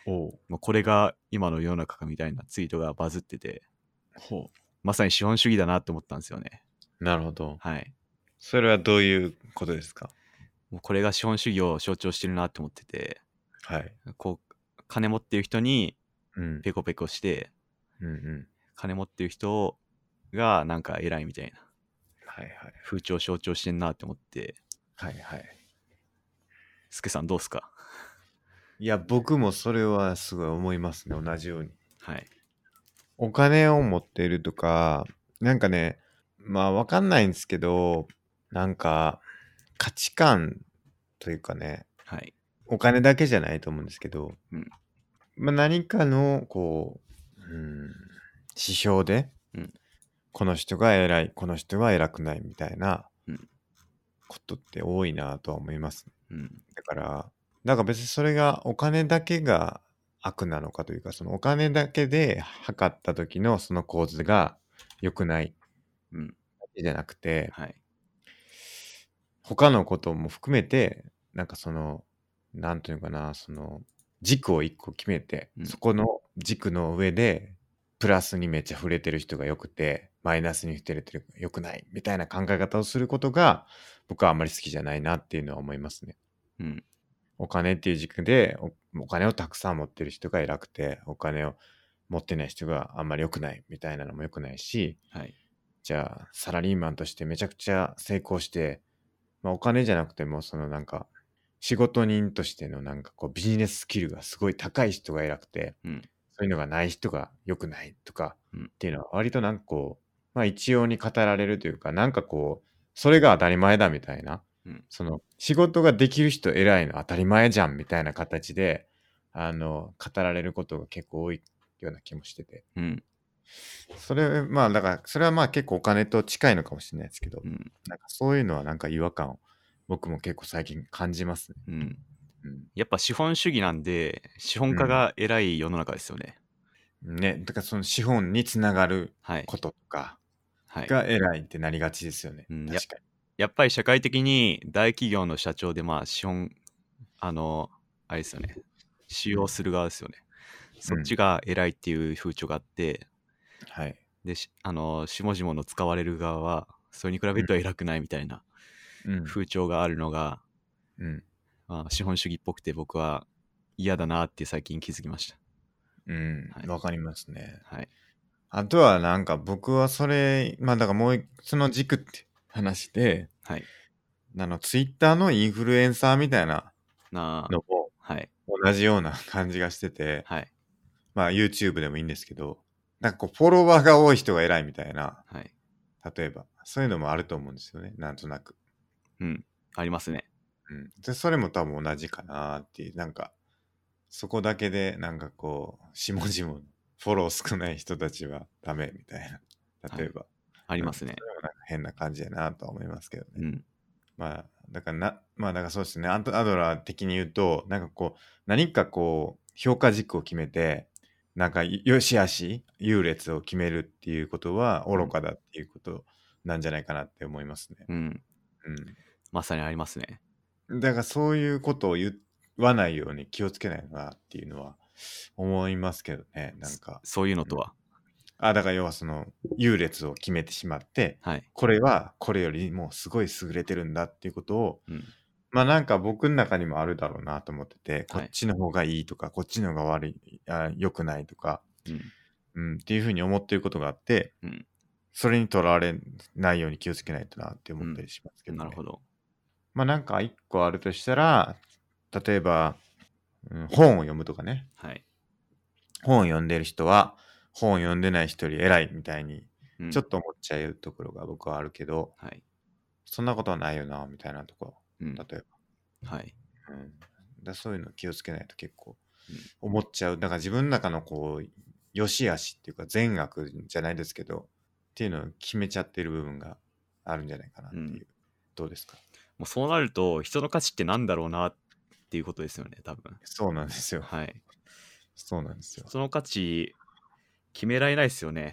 おう。 もうこれが今の世の中かみたいなツイートがバズってて、 ほまさに資本主義だなって思ったんですよね。 う。なるほど。 はい。 それはどういうことですか？ もうこれが資本主義を象徴してるなって思ってて、 はい。 こう、金持ってる人にうん。 ペコペコして、 うんうん。 金持ってる人がなんか偉いみたいなはいはい。 風潮を象徴してんなって思って、 はいはい。 スケさんどうすか？ いや、僕もそれはすごい思いますね。同じように。 はい。 お金を持っているとか、なんかね、まあわかんないんですけど、なんか価値観というかね、 はい。 お金だけじゃないと思うんですけど、 うん。 まあ、何かのこう、うん、指標で、 うんこの人が偉い、この人は偉くないみたいなうんことって多いなとは思いますね。 うんだから、だから別にそれがお金だけが悪なのかというか、そのお金だけで測った時のその構図が良くないうんだけじゃなくて、 はい。 他のことも含めて、なんかその、なんていうのかな、その、軸を一個決めて、 うんそこの軸の上で、プラスにめっちゃ触れてる人が良くて、マイナスに触れてる良くないみたいな考え方をすることが、僕はあんまり好きじゃないなっていうのは思いますね。 うんお金っていう軸でお、お金をたくさん持ってる人が偉くて、お金を持ってない人があんまり良くないみたいなのも良くないし、 はい。 じゃあ、サラリーマンとしてめちゃくちゃ成功して、まあ、お金じゃなくても、そのなんか、仕事人としてのなんかこうビジネススキルがすごい高い人が偉くて、 うんそういうのがない人が良くないとかうんっていうのは割となんかこう、まあ一様に語られるというか、なんかこう、それが当たり前だみたいな、 うんその仕事ができる人偉いの当たり前じゃんみたいな形で、あの、語られることが結構多いような気もしてて。 うんそれ、まあだから、それはまあ結構お金と近いのかもしれないですけど、 うんなんかそういうのはなんか違和感を僕も結構最近感じますね。 うんうん。 やっぱ資本主義なんで、資本家が偉い世の中ですよね。 ね、だからその資本につながるはい。 こととかはい。 が偉いってなりがちですよね。 うん、や確かやっぱり社会的に大企業の社長で、まあ、資本、あの、あれですよね。使用する側ですよね。そっちが偉いっていう風潮があって、 に。はい。 で、しあの、下々の使われる側は、それに比べると偉くないみたいなうん。 風潮があるのが、 うん。 まあ、資本主義っぽくて僕は嫌だなって最近気づきました。 うんはい。 わかりますね。 はい。 あとはなんか僕はそれ、まあだからもう一その軸って話で、 はい。 あの、ツイッターのインフルエンサーみたいななあ、 のもはい。 同じような感じがしてて、 はい。 まあ YouTube でもいいんですけど、なんかこうフォロワーが多い人が偉いみたいな、 はい。 例えば、そういうのもあると思うんですよね。なんとなく。 うん。ありますね。 うん。で、それも多分同じかなっていう、なんか、そこだけで、なんかこう、下々のフォロー少ない人たちはダメみたいな。例えば。うんありますね。 それはなんか変な感じやなとは思いますけどね。 うん。 まあ、だからな、まあ、だからそうですね。アドアドラー的に言うと、なんかこう、何かこう、評価軸を決めて、なんか、よしあし、優劣を決めるっていうことは愚かだっていうことなんじゃないかなって思いますね。 うん。 うん。 まさにありますね。 だからそういうことを言わないように気をつけないのなっていうのは思いますけどね。なんか。 そういうのとは。 あ、だから要はその優劣を決めてしまって、 はい。 これはこれよりもすごい優れてるんだっていうことを、 うん。 まあなんか僕の中にもあるだろうなと思ってて、こはいっちの方がいいとか、こっちの方が悪い、あ、良くないとか、 うん。 うん、っていうふうに思っていることがあって、 うん。 それにとらわれないように気をつけないとなって思ったりしますけどね。 なるほど。 まあなんか一個あるとしたら、例えば、うん、本を読むとかね。 はい。 本を読んでる人は、本を読んでない人より偉いみたいに、 うん、 ちょっと思っちゃうところが僕はあるけど、 はい。 そんなことはないよな、みたいなところ。 うん。 例えば。 はい。 うん、だそういうの気をつけないと結構うん思っちゃう。だから自分の中のこう、良し悪しっていうか善悪じゃないですけど、っていうのを決めちゃってる部分があるんじゃないかなっていう。うん、どうですか？ もうそうなると、人の価値ってなんだろうなっていうことですよね、多分。 そうなんですよ。 はい。 そうなんですよ。 人の価値決められないですよね。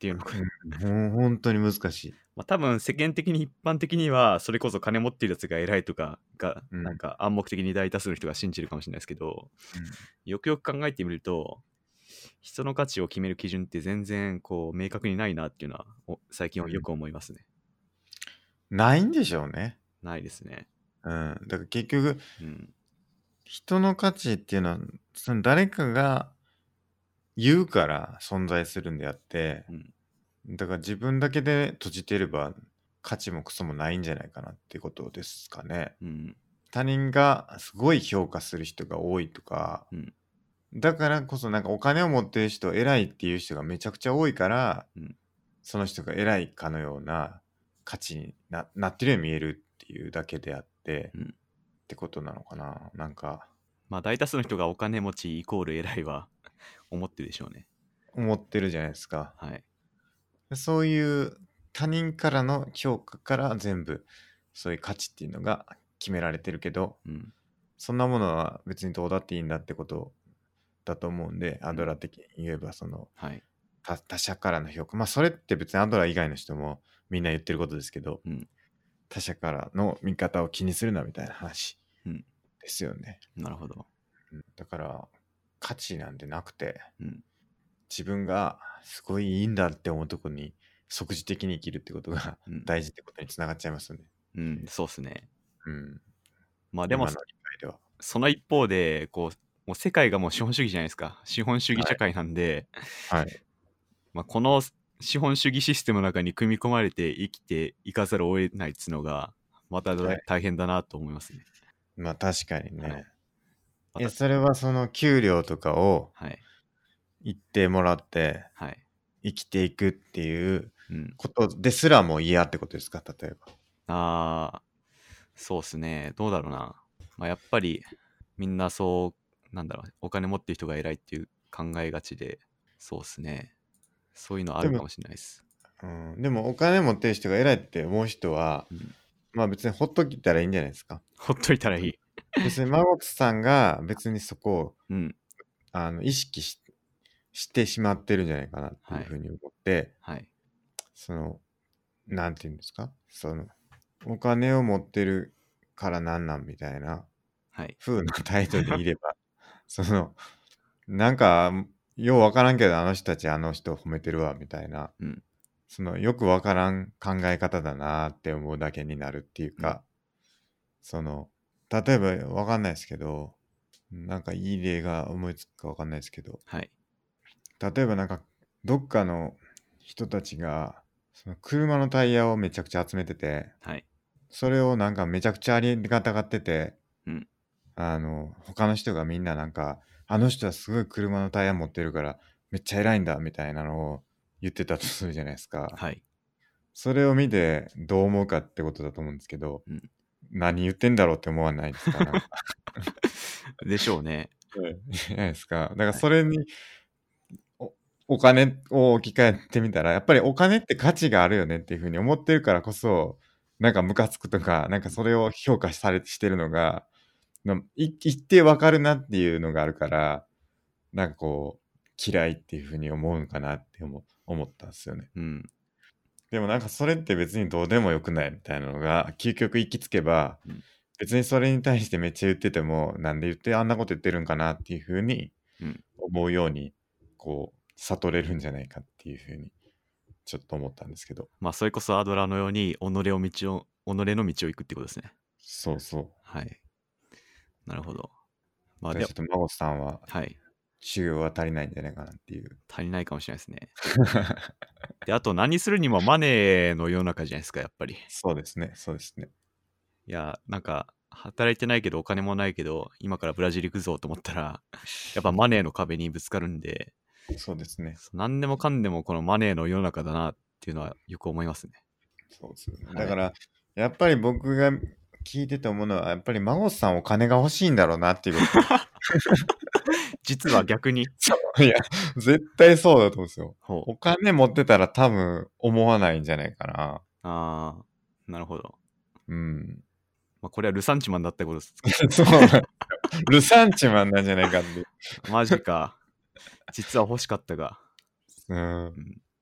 っていうのか、 うん、ほん本当に難しい。 まあ多分世間的に一般的にはそれこそ金持ってるやつが偉いとかがうんなんか暗黙的に大多数の人が信じるかもしれないですけど、 うんよくよく考えてみると人の価値を決める基準って全然こう明確にないなっていうのはお最近はよく思いますね。 ないんでしょうね。 ないですね。 うん。だから結局、 うん。 人の価値っていうのは、その誰かが言うから存在するんであって、 うん。 だから自分だけで閉じてれば価値もクソもないんじゃないかなってことですかね。 うん。 他人がすごい評価する人が多いとか、 うん。 だからこそなんかお金を持ってる人、偉いっていう人がめちゃくちゃ多いから、 うんその人が偉いかのような価値に な, なってるように見えるっていうだけであって、 うん。 ってことなのかな。なんかまあ大多数の人がお金持ちイコール偉いは思ってるでしょうね。 思ってるじゃないですか。 はい。 そういう他人からの評価から全部そういう価値っていうのが決められてるけど、 うん。 そんなものは別にどうだっていいんだってことだと思うんで、アドラー的に言えばそのはい。 他他者からの評価、まあそれって別にアドラー以外の人もみんな言ってることですけど、 うん。 他者からの見方を気にするなみたいな話うん。 ですよね。 なるほど。 うんだから価値なんてなくて、 うん。 自分がすごいいいんだって思うところに即時的に生きるってことがうん。 大事ってことにつながっちゃいますよね。 うん。そうっすね。 うん。 まあでも今の理解では。 その一方でこうもう世界がもう資本主義じゃないですか。資本主義はい。 社会なんで、 はい。 まあこの資本主義システムの中に組み込まれて生きていかざるを得ないっつうのがまたはい。 大変だなと思いますね。 まあ確かにはい。 ね。 また、 え、それはその給料とかをはい。 言ってもらってはい。 生きていくっていううん。 ことですらも嫌ってことですか、例えば。 ああ、そうっすね。どうだろうな。まあやっぱりみんなそうなんだろう。お金持ってる人が偉いっていう考えがちで、そうっすね。そういうのあでも、 るかもしれないです。 うん、でもお金持ってる人が偉いって思う人は、 うん。 まあ別にほっときたらいいんじゃないですか。 ほっといたらいい。 別にマゴツさんが別にそこをうん。 あの意識し、してしまってるんじゃないかなってはい。 いうふうに思って、 はい。 その、なんていうんですか、その、お金を持ってるからなんなんみたいなはい。 風な態度でいれば、その、なんか、ようわからんけど、あの人たちあの人を褒めてるわ、みたいな、 うん。 その、よくわからん考え方だなって思うだけになるっていううん。 か、その、例えばわかんないですけど、なんかいい例が思いつくかわかんないですけど、 はい。 例えばなんか、どっかの人たちが、その車のタイヤをめちゃくちゃ集めてて、 はい。 それをなんかめちゃくちゃありがたがってて、 うん。 あの、他の人がみんななんか、あの人はすごい車のタイヤ持ってるからめっちゃ偉いんだみたいなのを言ってたとするじゃないですか。 はい。 それを見てどう思うかってことだと思うんですけど、 うん。 何言ってんだろうって思わないですかなんか。 でしょうね。 うんじゃないですか。だからはい。 それにお、お金を置き換えてみたら、やっぱりお金って価値があるよねっていうふうに思ってるからこそ、なんかムカつくとか、なんかそれを評価されてしてるのが、のい一定わかるなっていうのがあるから、なんかこう、嫌いっていうふうに思うのかなって思思ったんですよね。 うん。 でもなんかそれって別にどうでもよくないみたいなのが、究極行きつけば、 うん。 別にそれに対してめっちゃ言ってても、なんで言ってあんなこと言ってるんかなっていうふうにうん。 思うように、こう、悟れるんじゃないかっていうふうに、ちょっと思ったんですけど。 まあそれこそアドラーのように己を道を己の道を行くってことですね。 そうそう。 はい。なるほど。まあでだからちょっと孫さんははい。 修行は足りないんじゃないかなっていう。 足りないかもしれないですね。で、あと何するにもマネーの世の中じゃないですか、やっぱり。 そうですね、そうですね。 いや、なんか、働いてないけどお金もないけど、今からブラジル行くぞと思ったら、やっぱマネーの壁にぶつかるんで、 そうですね。 何でもかんでもこのマネーの世の中だなっていうのはよく思いますね。 そうですね。 はいだから、やっぱり僕が聞いてて思うのは、やっぱり孫さんお金が欲しいんだろうなっていうこと。 実は逆に。 そういや、絶対そうだと思うんですよ。 ほう。 お金持ってたら多分思わないんじゃないかな。 あー、なるほど。 うん。 まあ、これはルサンチマンだったことです。 そうなんですよ。ルサンチマンなんじゃないかっていう。 マジか。実は欲しかったが。 うん。 うん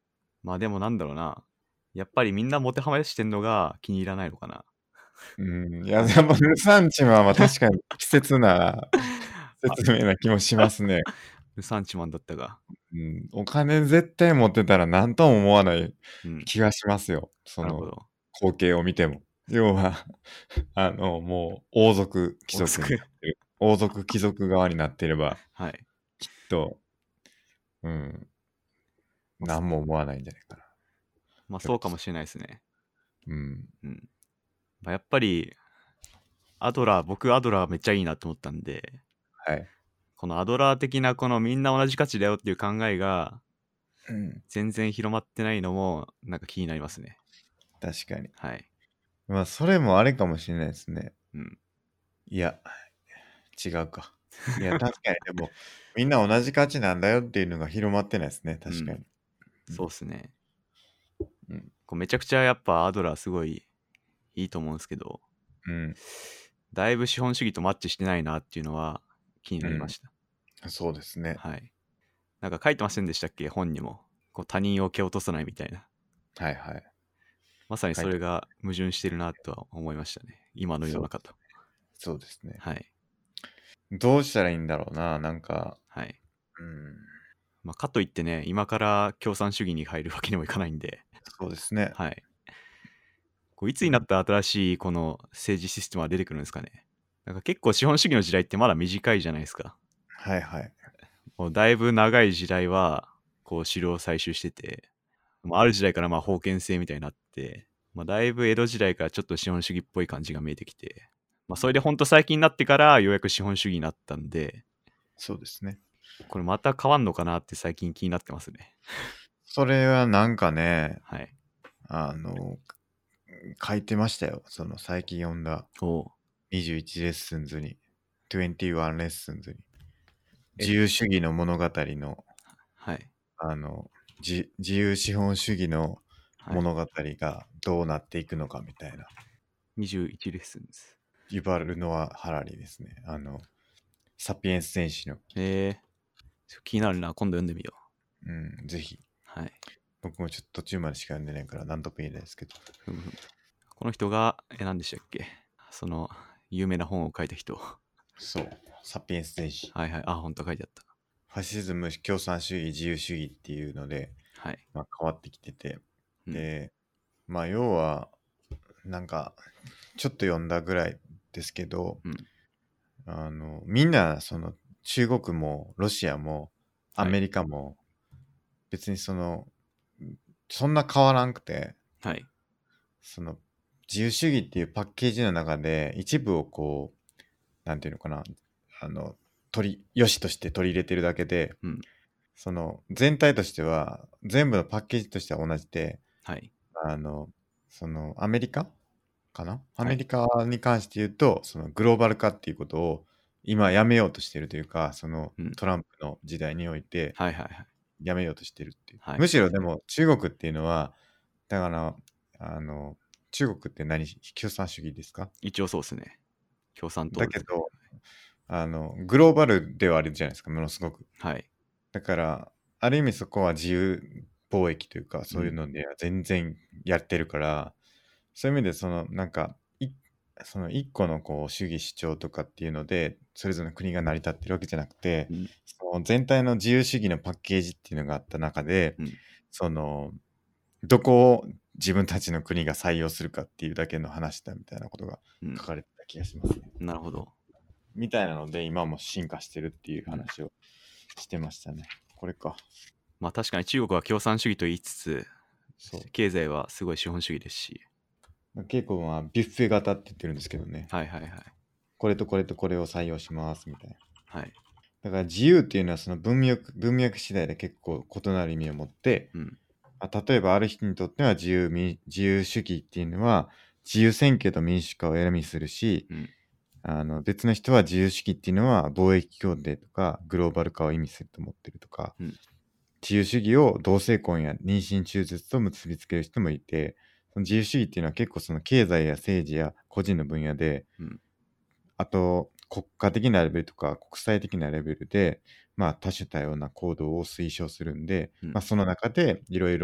まあでもなんだろうな。やっぱりみんなもてはやしてんのが気に入らないのかな。 うん、いや、やっぱルサンチマンは確かに適切なあ、 説明な気もしますね。 ルサンチマンだったが。 うん、お金絶対持ってたら何とも思わないうん。 気がしますよ。そのなるほど。 光景を見ても。要は、あの、もう王族貴お族になってる。王族貴族側になっていれば、 はい。 きっと、うん、何も思わないんじゃないかな。 まあそうかもしれないですね。 うん。 うん。まあ、やっぱり、アドラー、僕アドラーめっちゃいいなと思ったんで、 はい。 このアドラー的なこのみんな同じ価値だよっていう考えがうん。 全然広まってないのもなんか気になりますね。 確かに。 はい。 まあ、それもあれかもしれないですね。 うん。 いや、違うか。いや、確かに、でも、みんな同じ価値なんだよっていうのが広まってないですね。確かに。 うん、そうっすね。 うん。 こうめちゃくちゃやっぱアドラーすごいいいと思うんですけど、 うん。 だいぶ資本主義とマッチしてないなっていうのは気になりました。 うん、そうですね。 はい。なんか書いてませんでしたっけ、本にも。こう他人を蹴落とさないみたいな。 はいはい。 まさにそれが矛盾してるなとは思いましたね。今の世の中と。 そうですね。 はい。 どうしたらいいんだろうな、なんか。 はい。 うん。 まあ、かといってね、今から共産主義に入るわけにもいかないんで。 そうですね。 はい。こういつになったら新しいこの政治システムは出てくるんですかね。なんか結構資本主義の時代ってまだ短いじゃないですか。 はいはい。 もうだいぶ長い時代はこう狩猟採集してて、まあある時代からまあ封建制みたいになって、まあ、だいぶ江戸時代からちょっと資本主義っぽい感じが見えてきて、まあ、それでほんと最近になってからようやく資本主義になったんで、 そうですね。 これまた変わんのかなって最近気になってますね。 それはなんかね、 はい。 あの、書いてましたよ。その最近読んだおう。 にじゅういちレッスンズに、にじゅういちレッスンズに、 え自由主義の物語の、 はい。 あの、じ自由資本主義のはい。 物語がどうなっていくのかみたいな。 にじゅういちレッスンズ。 ユバルノア・ハラリですね。あの、サピエンス戦士の。 えー、気になるな。今度読んでみようん、ぜひ。 う。はい。 僕もちょっと途中までしか読んでないから何とも言えないですけど。 ふむふむ。この人が、え、何でしたっけ、その、有名な本を書いた人。 そう。サピエンス戦士。 はいはい。あ、本当書いてあった。 ファシズム、共産主義、自由主義っていうので、 はい。 まあ、変わってきてて。 うん、 で、まあ要は、なんか、ちょっと読んだぐらいですけど、 うん。 あの、みんな、その、中国もロシアもアはい。 メリカも、別にその、そんな変わらんくて、 はい。 その、自由主義っていうパッケージの中で一部をこう、なんていうのかな、あの、取り、良しとして取り入れてるだけで、 うん。 その、全体としては、全部のパッケージとしては同じで、 はい。 あの、その、アメリカかなアはい。 メリカに関して言うと、そのグローバル化っていうことを今やめようとしてるというか、そのうん。 トランプの時代においてはいはいはい。 やめようとしてるっていう。 はい。 むしろでも中国っていうのは、だから、あの、中国って何共産主義ですか？ 一応そうですね。共産党ですね。 だけど、あの、グローバルではあるじゃないですか、ものすごく。 はい。 だから、ある意味そこは自由貿易というか、そういううん。 のでは全然やってるから、そういう意味で、その、なんか、いその一個のこう主義主張とかっていうので、それぞれの国が成り立ってるわけじゃなくて、 うん。 その全体の自由主義のパッケージっていうのがあった中で、 うん。 その、どこを自分たちの国が採用するかっていうだけの話だみたいなことがうん。 書かれてた気がしますね。 なるほど。 みたいなので、今も進化してるっていう話をしてましたね。これか。 まあ確かに中国は共産主義と言いつつ、 そう。 経済はすごい資本主義ですし。 結構まあビュッフェ型って言ってるんですけどね。 はいはいはい。 これとこれとこれを採用しますみたいな。 はい。 だから自由っていうのはその文脈文脈次第で結構異なる意味を持って、 うん。 まあ例えばある人にとっては自由民自由主義っていうのは自由選挙と民主化を選みするし、 うん。 あの別の人は自由主義っていうのは貿易協定とかグローバル化を意味すると思ってるとか、 うん。 自由主義を同性婚や妊娠中絶と結びつける人もいて、その自由主義っていうのは結構その経済や政治や個人の分野で、 うん。 あと国家的なレベルとか国際的なレベルで、まあ多種多様な行動を推奨するんで、 うん。 まあその中でいろいろ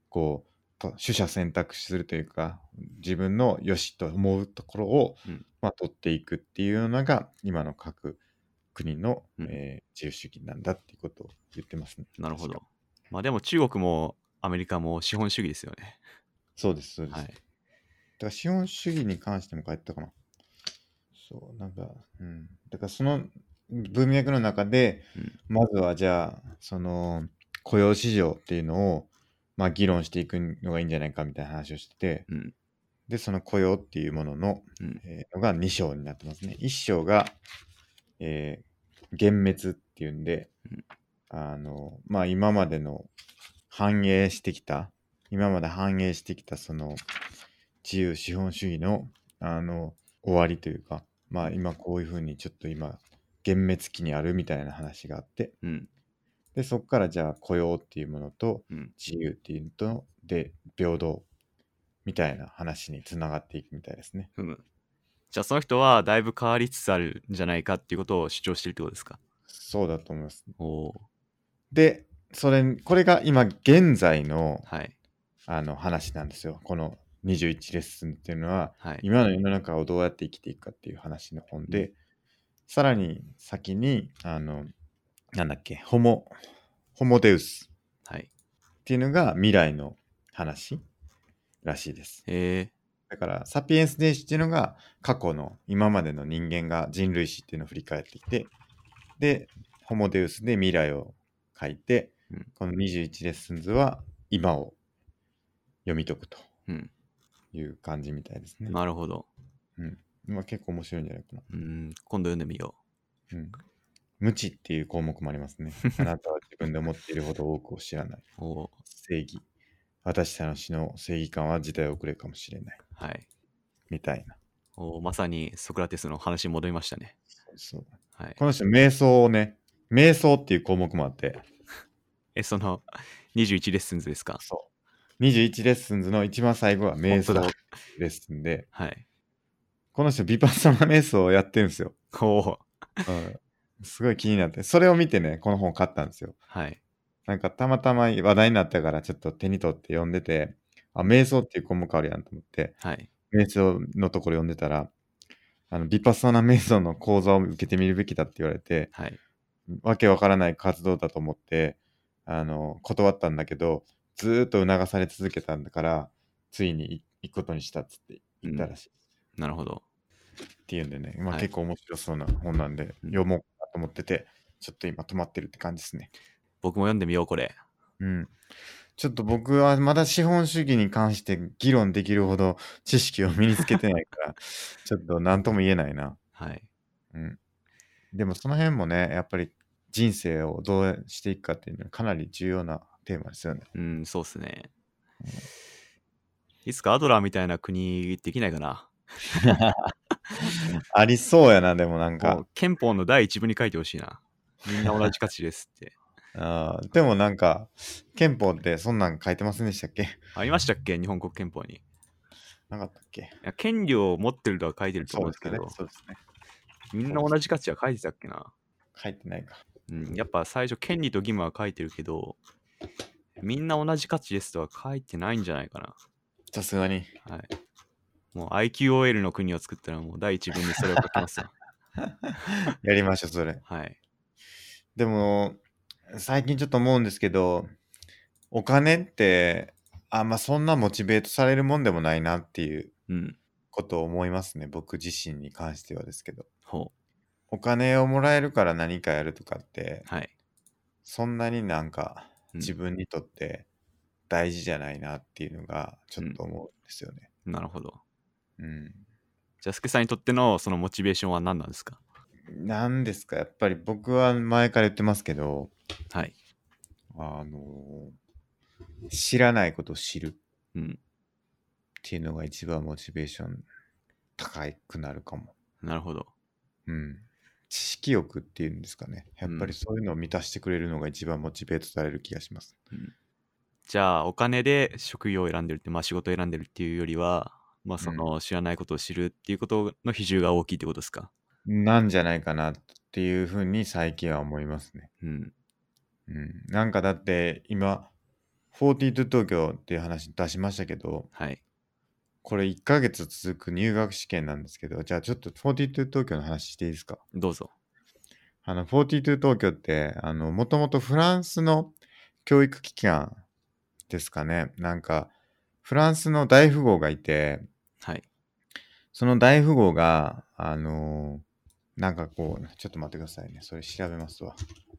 こうと取捨選択するというか、自分の良しと思うところを、 うんまあ、取っていくっていうのが今の各国の、 うんえー自由主義なんだっていうことを言ってますね。 なるほど確か。。 まあでも中国もアメリカも資本主義ですよね。 そうです、そうです。 はい。 だから資本主義に関しても書いてたかな。そう、なんか、うん。だからその文脈の中で、 うんまずはじゃあ、その雇用市場っていうのを、まあ、議論していくのがいいんじゃないかみたいな話をしてて、 うんで、その雇用っていうものの、 うんえーのがに章になってますね。いち章が、えー幻滅っていうんで、 うんあの、まあ今までの反映してきた、今まで反映してきたその自由資本主義の、あの、終わりというか、まあ今こういうふうにちょっと今、幻滅期にあるみたいな話があって、 うんで、そこからじゃあ雇用っていうものとうん自由っていうのと、で、平等みたいな話につながっていくみたいですね。 ふむ。じゃあその人はだいぶ変わりつつあるんじゃないかっていうことを主張してるってことですか。 そうだと思います。 おおー。 で、それ、これが今現在のはいあの話なんですよ。このにじゅういちレッスンっていうのは、 はい今の世の中をどうやって生きていくかっていう話の本で、さらに先に、あの、なんだっけ、ホモ、ホモデウスはい。 っていうのが未来の話らしいです。 へえ。 だから、サピエンス電子っていうのが過去の今までの人間が人類史っていうのを振り返ってきて、で、ホモデウスで未来を書いて、 うんこのにじゅういちレッスンズは今を読み解くとうん。 いう感じみたいですね。 なるほど。 うん。まあ結構面白いんじゃないかな。 うん。今度読んでみようん。無知っていう項目もありますね。あなたは自分で思っているほど多くを知らない。 う。おお。 正義。私たちの正義感は時代遅れかもしれない。 はい。 みたいな。 おーまさにソクラテスの話に戻りましたね。 そうそう。 はい。 この人、瞑想をね、瞑想っていう項目もあって、 え、そのにじゅういちレッスンズですか。 そう。にじゅういちレッスンズの一番最後は瞑想本当だレッスンで、 はい。 この人、ビパッサナ瞑想をやってるんですよ。 おお。 うん。すごい気になって、それを見てね、この本を買ったんですよ。 はい。 なんかたまたま話題になったからちょっと手に取って読んでて、あ、瞑想っていう項目あるやんと思って、 はい。 瞑想のところ読んでたら、あの、ビパッサナ瞑想の講座を受けてみるべきだって言われて、 はい。 わけわからない活動だと思って、あの、断ったんだけど、ずーっと促され続けたんだから、ついに行くことにしたっつって言ったらしい。 なるほど。 っていうんでね、まあ、 はい結構面白そうな本なんで、 うん読もうかなと思ってて、ちょっと今止まってるって感じですね。 僕も読んでみよう、これ。 うん。ちょっと僕はまだ資本主義に関して議論できるほど知識を身につけてないから、ちょっと何とも言えないな。 はい。 うん。でもその辺もね、やっぱり人生をどうしていくかっていうのはかなり重要なテーマですよね。 うん、そうっすねうん。 いつかアドラーみたいな国できないかな。 ありそうやな、でもなんもうか。 憲法の第一部に書いてほしいな。みんな同じ価値ですって。 あーでもなんか、憲法ってそんなん書いてませんでしたっけ？ ありましたっけ日本国憲法に。いなかったっけ？ や権利を持ってるとは書いてるとそうですかね思うんですけど、。 そうですね。 みんな同じ価値は書いてたっけな。 書いてないか。 うん、やっぱ最初権利と義務は書いてるけど、みんな同じ価値ですとは書いてないんじゃないかな。 さすがに。 はい。もう アイキューオーエル の国を作ったらもう第一文にそれを書きますよ。 やりましょう、それ。 はい。 でも、最近ちょっと思うんですけど、お金って、あんまそんなモチベートされるもんでもないなっていううん。 ことを思いますね。僕自身に関してはですけど。 ほお金をもらえるから何かやるとかってう。、はい。 そんなになんかうん自分にとって大事じゃないなっていうのがちょっと思うんですよね。 なるほど。 うん。 じゃあ、スケさんにとってのそのモチベーションは何なんですか？ なんですか、やっぱり僕は前から言ってますけど、 はい。 あの知らないことを知るうん。 っていうのが一番モチベーション高くなるかも。 なるほど。 うん。知識欲っていうんですかね。やっぱりそういうのを満たしてくれるのが一番モチベートされる気がします。 うん。じゃあ、お金で職業を選んでるって、まあ仕事を選んでるっていうよりは、まあその知らないことを知るっていうことの比重が大きいってことですか？ なんじゃないかなっていうふうに最近は思いますね。 うん。 うん。なんかだって今、 フォーティーツー東京っていう話出しましたけど、 はい。 これいっかげつ続く入学試験なんですけど、じゃあちょっとフォーティーツー東京の話していいですか？ どうぞ。 あの、フォーティーツー東京って、あの、もともとフランスの教育機関ですかね。なんか、フランスの大富豪がいて、 はい。 その大富豪が、あのーなんかこう、ちょっと待ってくださいね。それ調べますわ。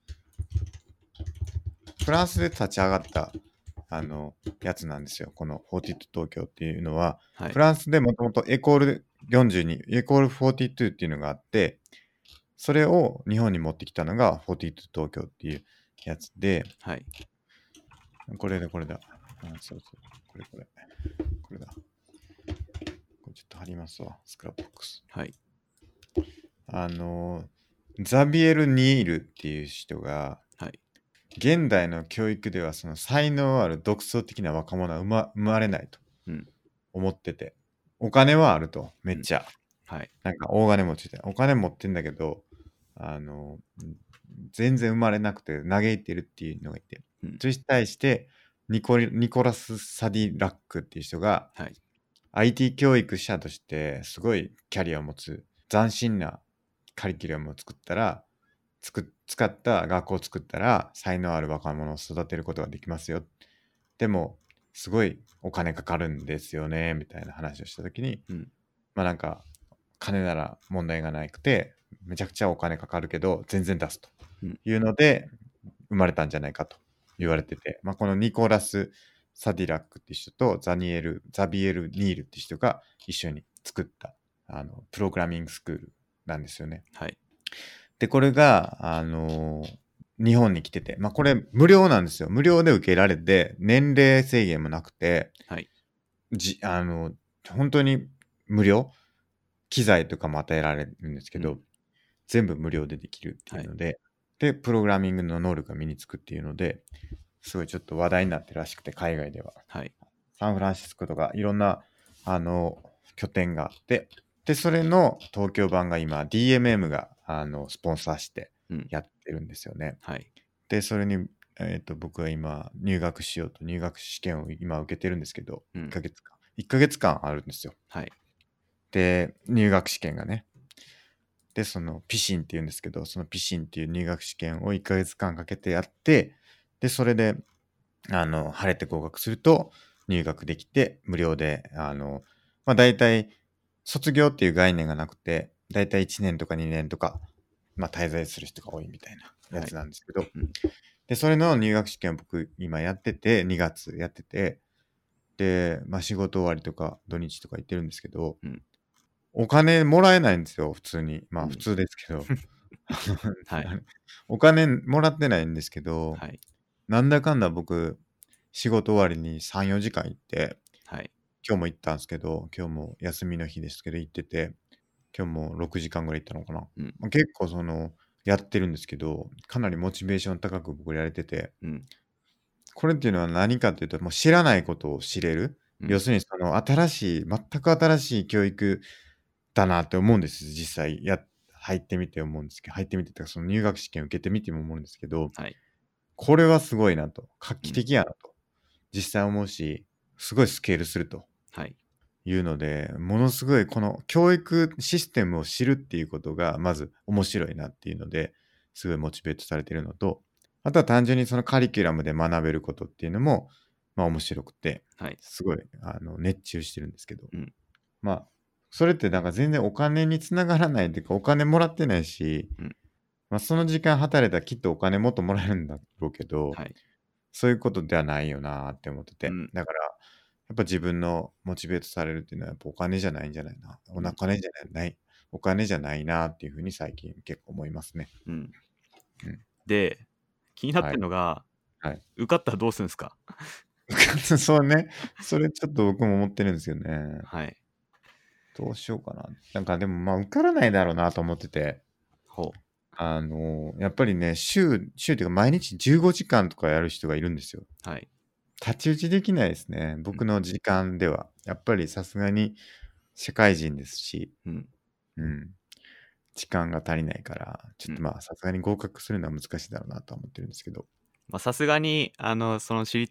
フランスで立ち上がった、あの、やつなんですよ。このフォーティーツー東京っていうのは、 はいフ。ランスでもともとエコールよんじゅうに、エコールフォーティーツーっていうのがあって、それを日本に持ってきたのがフォーティーツー東京っていうやつで、 はい。 これだ、これだ。あ、そうそう。これこれ。これだ。これちょっと貼りますわ。スクラップボックス。 はい。 あの、ザビエル・ニールっていう人が、 はい。 現代の教育ではその才能ある独創的な若者は生ま、生まれないとうん。 思ってて、お金はあると、めっちゃ。 はい。 なんか大金持ちで。お金持ってんだけど、あの、全然生まれなくて嘆いてるっていうのがいて、 うん。 それに対してニコリ、ニコラス・サディラックっていう人が、 はい。 アイティー 教育者としてすごいキャリアを持つ斬新なカリキュラムを作ったら、つく使った学校を作ったら才能ある若者を育てることができますよ。でもすごいお金かかるんですよねみたいな話をしたときに、 うん。 まあなんか金なら問題がなくてめちゃくちゃお金かかるけど全然出すとうんいうので生まれたんじゃないかと言われてて、まあ、このニコラス・サディラックっていう人とザニエル・ザビエル・ニールっていう人が一緒に作ったあのプログラミングスクールなんですよね。 はい。 で、これが、あのー日本に来てて、まあこれ無料なんですよ。無料で受けられて、年齢制限もなくて、 はい。 じ、あの、本当に無料機材とかも与えられるんですけど、 うん全部無料でできるっていうので、で、プログラミングの能力が身につくっていうので、すごいちょっと話題になってるらしくて、海外では。 はい。 サンフランシスコとかいろんな、あの、拠点があって、で、それの東京版が今、ディーエムエム が、あの、スポンサーしてうん。 やってるんですよね。 はい。 で、それに、えっと、僕は今、入学しようと、入学試験を今受けてるんですけど、 うんいっかげつかん。いっかげつかんあるんですよ。 はい。 で、入学試験がね。で、そのピシンっていうんですけど、そのピシンっていう入学試験をいっかげつかんかけてやって、で、それで、あの、晴れて合格すると入学できて、無料で、あの、まあ大体、卒業っていう概念がなくて、大体いちねんとかにねんとか、まあ滞在する人が多いみたいなやつなんですけど、 うんで、それの入学試験を僕今やってて、にがつやってて、で、まあ仕事終わりとか土日とか行ってるんですけど、 うんお金もらえないんですよ、普通に。まうんあ普通ですけど。 はいお金もらってないんですけど、 はい。 なんだかんだ僕、仕事終わりにさん、よじかん行って、 はい。 今日も行ったんですけど、今日も休みの日ですけど行ってて、今日もろくじかんぐらい行ったのかな。 うん。 まあ結構その、やってるんですけど、かなりモチベーション高く僕やれてて、 うん。 これっていうのは何かっていうと、もう知らないことを知れる。 うん要するにその新しい、全く新しい教育だなって思うんです。実際や、入ってみて思うんですけど、入ってみてとか、その入学試験受けてみても思うんですけど、 はい。 これはすごいなと、画期的やなと、実際思うし、すごいスケールするとはい。 いうので、ものすごいこの教育システムを知るっていうことが、まず面白いなっていうので、すごいモチベートされてるのと、あとは単純にそのカリキュラムで学べることっていうのも、まあ面白くて、 はい。 すごいあの熱中してるんですけど、 うんまあ、それってなんか全然お金につながらないっていうか、お金もらってないし、 うんまあその時間働いたらきっとお金もっともらえるんだろうけど、 はい。 そういうことではないよなって思ってて、 うんだから、やっぱ自分のモチベートされるっていうのはやっぱお金じゃないんじゃないな。おうん金じゃない、ないお金じゃないなっていうふうに最近結構思いますね。 うんうん。 で、気になってはい。 るのが、 はい。 受かったらどうするんですか？ そうね。それちょっと僕も思ってるんですけどね。 はい。 どうしようかな。なんかでもまあ受からないだろうなと思ってて、 ほあのやっぱりね、週、週っていうか毎日じゅうごじかんとかやる人がいるんですよ。 う。はい。 太刀打ちできないですね。僕の時間では。やっぱりさすがに社会人ですし、 うん。 うん。時間が足りないから、ちょっとまあさすがに合格するのは難しいだろうなとは思ってるんですけど。 まあ、さすがに、あの、その知りたい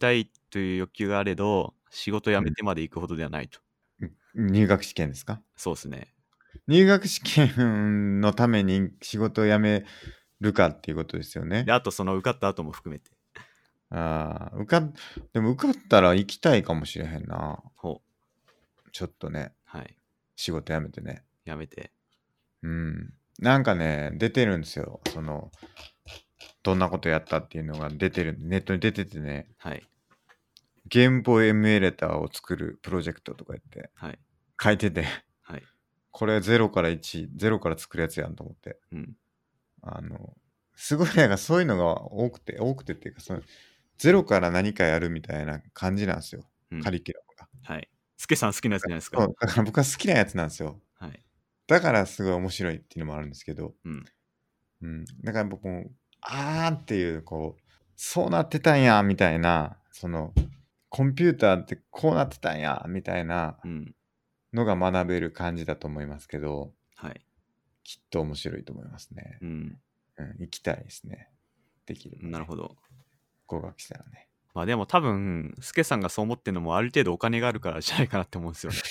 という欲求があれど、仕事辞めてまで行くほどではないと。 うん入学試験ですか？ そうですね。 入学試験のために仕事を辞めるかっていうことですよね。 で、あとその受かった後も含めて。 ああ、受かっ、でも受かったら行きたいかもしれへんな。 ほう。 ちょっとね、 はい。 仕事辞めてね。 辞めて。 うん。なんかね、出てるんですよ。その、どんなことやったっていうのが出てる、ネットに出ててね、 はい。 ゲームボーイエミュレーターを作るプロジェクトとか言ってはい。 書いてて、 はい。 これゼロからいち、ゼロから作るやつやんと思って。 うん。 あの、すごいなんかそういうのが多くて、多くてっていうか、その、ゼロから何かやるみたいな感じなんですよ。 うんカリキュラムが。 はい。スケさん好きなやつじゃないですか。 そう、だから僕は好きなやつなんですよ。 はい。 だからすごい面白いっていうのもあるんですけど、 うん。 うん。だから僕も、あーっていう、こう、そうなってたんや、みたいな、その、コンピューターってこうなってたんや、みたいなうん。 のが学べる感じだと思いますけど、 はい。 きっと面白いと思いますね。 うん。 うん、行きたいですね。できる、ね。 なるほど。 合格したらね。 まあでも多分、スケさんがそう思ってるのもある程度お金があるからじゃないかなって思うんですよね。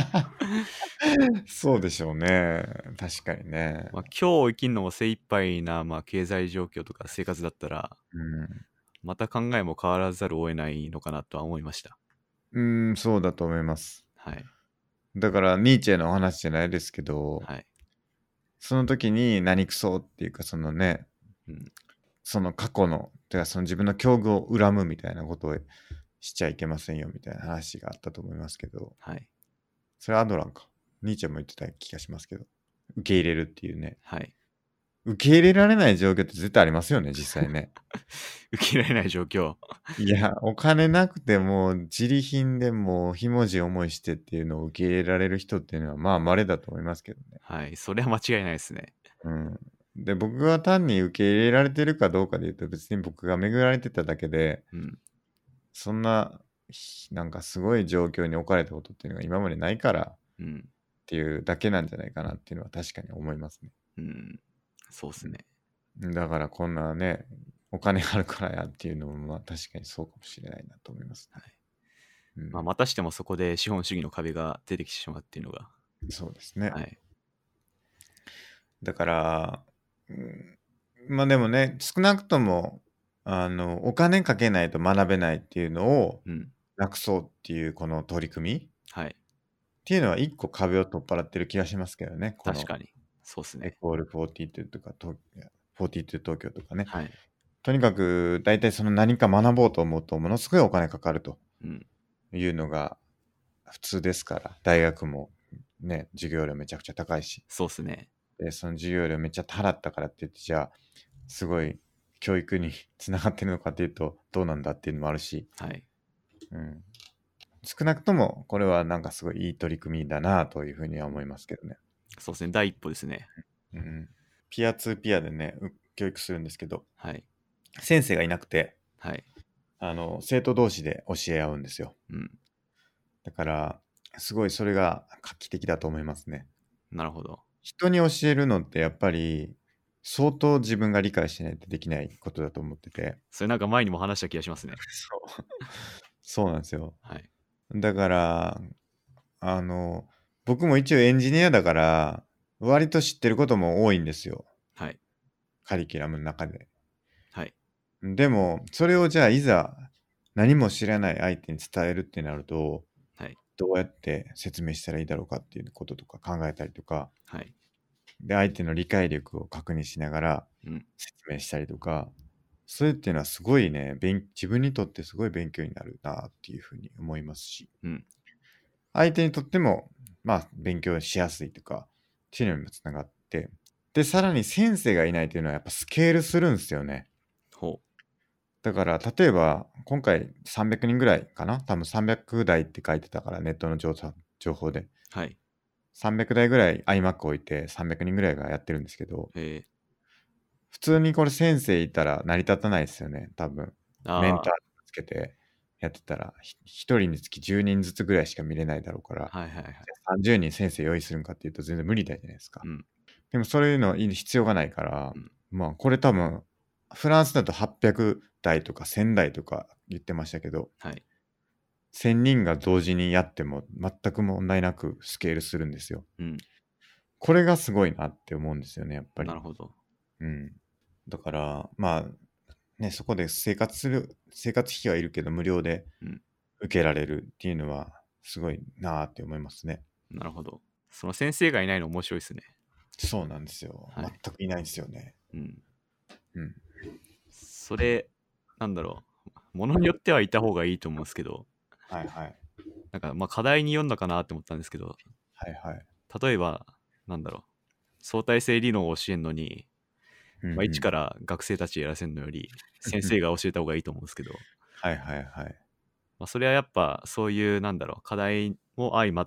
そうでしょうね。確かにね。 まあ今日生きるのも精一杯な、まあ、経済状況とか生活だったら、 うんまた考えも変わらざるを得ないのかなとは思いました。 うーん、そうだと思います。 はい。 だから、ニーチェのお話じゃないですけど、 はい。 その時に何くそっていうか、そのね、 うん。 その過去の、てかその自分の境遇を恨むみたいなことをしちゃいけませんよみたいな話があったと思いますけど、 はい。 それはアドランか。ニーチェも言ってた気がしますけど、受け入れるっていうね。 はい。 受け入れられない状況って絶対ありますよね、実際ね。 受け入れられない状況。 いや、お金なくても、自利品でも、ひもじい思いしてっていうのを受け入れられる人っていうのは、まあ、稀だと思いますけどね。 はい。それは間違いないですね。 うん。で、僕が単に受け入れられてるかどうかで言うと、別に僕が巡られてただけで、 うん。 そんな、ひなんかすごい状況に置かれたことっていうのが今までないからうん。 っていうだけなんじゃないかなっていうのは確かに思いますね。 うん。そうっすね。 だからこんなね、お金あるからやっていうのも、まあ確かにそうかもしれないなと思います。 はい。 うんまあ、またしてもそこで資本主義の壁が出てきてしまうっていうのが。 そうですね。 はい。 だから、うんまあでもね、少なくとも、あの、お金かけないと学べないっていうのをうん。 なくそうっていうこの取り組みっはい。 ていうのは一個壁を取っ払ってる気がしますけどね。この確かに。そうっすね。 エコールフォーティーツーとか、東フォーティーツー東京とかね。 はい。 とにかく、大体その何か学ぼうと思うと、ものすごいお金かかるとうん。 いうのが普通ですから、大学もね、授業料めちゃくちゃ高いし。 そうっすね。 で、その授業料めっちゃ払ったからって言って、じゃあ、すごい教育につながってるのかっていうと、どうなんだっていうのもあるし、 はい。 うん、少なくともこれはなんかすごいいい取り組みだなというふうには思いますけどね。 そうっすね。第一歩ですね。 うん、ピアツーピアでね、う教育するんですけど、 はい。 先生がいなくて、 はい。 あの、生徒同士で教え合うんですよ。 うん。 だから、すごいそれが画期的だと思いますね。 なるほど。 人に教えるのってやっぱり、相当自分が理解しないとできないことだと思ってて。 それなんか前にも話した気がしますね。 そう。そうなんですよ。 はい。 だから、あの、僕も一応エンジニアだから、割と知ってることも多いんですよ。 はい。 カリキュラムの中で。 はい。 でも、それをじゃあいざ何も知らない相手に伝えるってなると、 はい。 どうやって説明したらいいだろうかっていうこととか考えたりとか、 はい。 で、相手の理解力を確認しながらうん。 説明したりとか、それっていうのはすごいね、勉自分にとってすごい勉強になるなっていうふうに思いますし、 うん。 相手にとっても、まあ、勉強しやすいとか、っていうのにもつながって、で、さらに先生がいないというのはやっぱスケールするんですよね。 ほだから、例えば、今回さんびゃくにんぐらいかな多分さんびゃくだいって書いてたから、ネットの情情報で。 う。はい。 さんびゃくだいぐらい iMac 置いてさんびゃくにんぐらいがやってるんですけど、 えー、 普通にこれ先生いたら成り立たないですよね、多分。 あメンターーつけてやってたら、ひ一人につきじゅうにんずつぐらいしか見れないだろうから、 はいはいはい。 さんじゅうにん先生用意するんかっていうと全然無理だじゃないですか。 うん。 でもそういうの必要がないから、 うんまあこれ多分フランスだとはっぴゃくだいとかせんだいとか言ってましたけど、 はい。 せんにんが同時にやっても全く問題なくスケールするんですよ。 うん。 これがすごいなって思うんですよね、やっぱり。 なるほど。 うん。だから、まあ、ね、そこで生活する、生活費はいるけど無料でうん。 受けられるっていうのはすごいなって思いますね。 なるほど。その先生がいないの面白いですね。 そうなんですよ。 はい全くいないんですよね。 うん。 うん。 それ、なんだろう。ものによってはいた方がいいと思うんですけど、 はいはい。 なんかまあ課題に読んだかなって思ったんですけど、 はいはい。 例えば、なんだろう。相対性理論を教えるのに、 うんうんまあ、一から学生たちやらせるのより、先生が教えた方がいいと思うんですけど、 はいはいはい。 まあ、それはやっぱそういう、なんだろう、課題も相まって、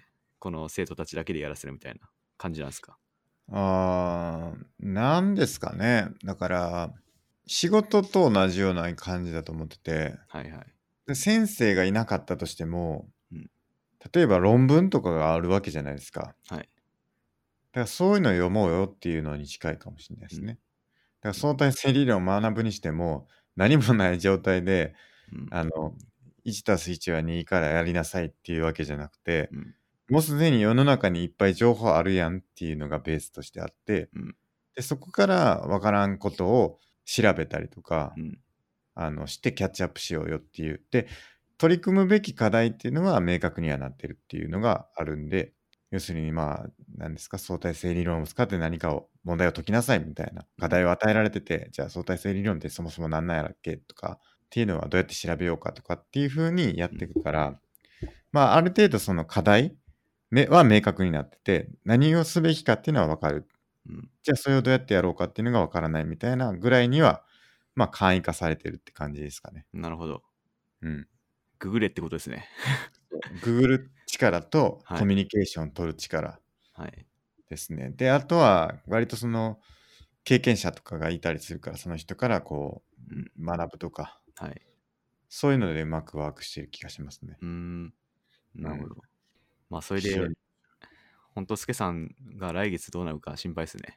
この生徒たちだけでやらせるみたいな感じなんですか。 あー、なんですかね。だから、仕事と同じような感じだと思ってて、 はいはい。 で先生がいなかったとしても、 うん。 例えば論文とかがあるわけじゃないですか。 はい。 だからそういうのを読もうよっていうのに近いかもしれないですね。だから相対性理論を学ぶにしても、何もない状態で、 うん。 あの、いちたすいちはにからやりなさいっていうわけじゃなくて、 うん。 もうすでに世の中にいっぱい情報あるやんっていうのがベースとしてあって、 うん。 でそこからわからんことを調べたりとか、 うん。 あのしてキャッチアップしようよっていう。で、取り組むべき課題っていうのは明確にはなってるっていうのがあるんで、要するにまあ、何ですか、相対性理論を使って何かを、問題を解きなさいみたいな課題を与えられてて、じゃあ相対性理論ってそもそも何なんやらっけとかっていうのはどうやって調べようかとかっていう風にやっていくから、まあ、ある程度その課題は明確になってて、何をすべきかっていうのは分かる。 うん。 じゃあそれをどうやってやろうかっていうのが分からないみたいなぐらいには、まあ簡易化されてるって感じですかね。 なるほど。 うん。 ググれってことですね。 ググる力とはい。 コミュニケーション取る力はい。 ですね。で、あとは割とその経験者とかがいたりするから、その人からこううん。 学ぶとか、 はい。 そういうのでうまくワークしてる気がしますね。 うーん。なるほうん。 ど。まあ、それで、 非常に。 ほんと、スケさんが来月どうなるか心配ですね。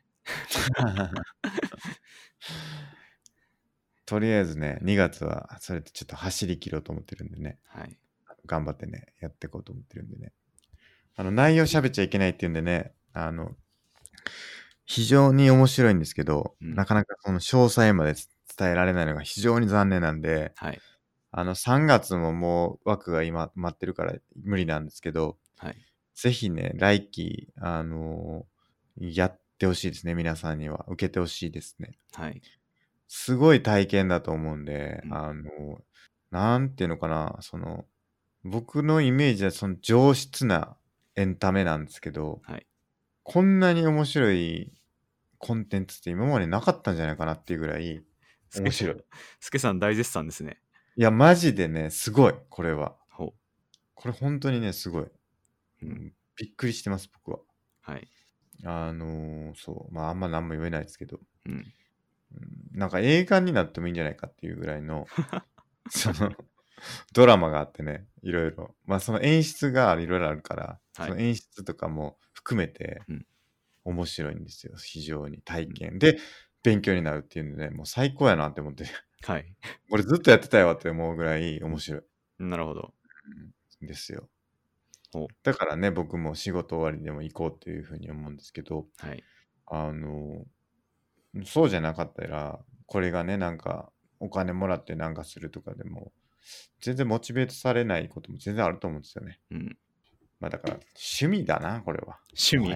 とりあえずね、にがつはそれでちょっと走り切ろうと思ってるんでね。 はい。 頑張ってね、やっていこうと思ってるんでね。あの、内容喋っちゃいけないっていうんでね、あの、非常に面白いんですけど、 うん。 なかなかその詳細まで伝えられないのが非常に残念なんで、 はい。 あの、さんがつももう枠が今埋まってるから無理なんですけど、 はい。 ぜひね、来期、あのーやってほしいですね、皆さんには。受けてほしいですね。 はい。 すごい体験だと思うんで、 うん。 あのーなんていうのかな、その、僕のイメージはその上質なエンタメなんですけど、 はい。 こんなに面白いコンテンツって今までなかったんじゃないかなっていうぐらいスケさん、 面白い。 スケさん大絶賛ですね。 いや、マジでね、すごい、これは。 ほこれ本当にね、すごい。 う。うん。 うんびっくりしてます、僕は。 はい。 あのーそう、まあ、あんま何も言えないですけど、 うん。 うんなんか映画になってもいいんじゃないかっていうぐらいの、その、ドラマがあってね、いろいろ。まあ、その演出がいろいろあるから、 はいその演出とかも含めてうん、 面白いんですよ。非常に体験。で、勉強になるっていうので、もう最高やなって思って、 はい。 俺ずっとやってたよって思うぐらい面白い。 なるほど。 うんですよ。 ほう。 だからね、僕も仕事終わりでも行こうっていうふうに思うんですけど、 はい。 あの、そうじゃなかったら、これがね、なんか、お金もらってなんかするとかでも、全然モチベートされないことも全然あると思うんですよね。 うん。 まあだから、趣味だな、これは。 趣味。 もはや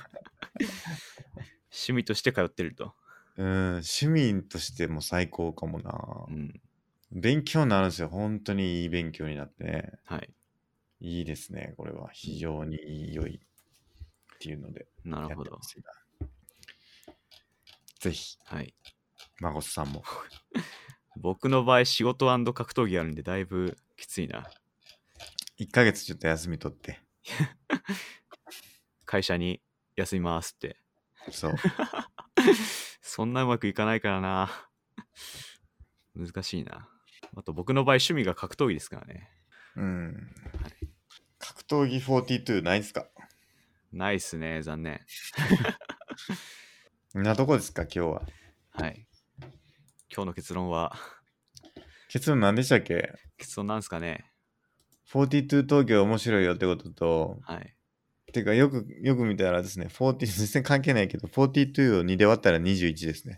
趣味として通ってると。 うん、趣味としても最高かもな。 うん。 勉強になるんですよ。本当にいい勉強になってね。 はい。 いいですね、これは。非常に良いっていうので、 なるほどやってほ。しいな。ぜひ、 はい。 孫さんも。 僕の場合、仕事格闘技あるんで、だいぶきついな。 いっかげつちょっと休み取って。 会社に休みますって。 そう。 そんなうまくいかないからな。難しいな。あと僕の場合趣味が格闘技ですからね。 うん。格闘技よんじゅうにないですか？ ないっすね、残念。 なとこですか、今日は。 はい。 今日の結論は、 結論何でしたっけ？ 結論なんですかね。 フォーティーツー東京面白いよってことと、 はい。 てかよく、よく見たらですね、よんじゅう、全然関係ないけど、フォーティーツーをにで割ったらにじゅういちですね。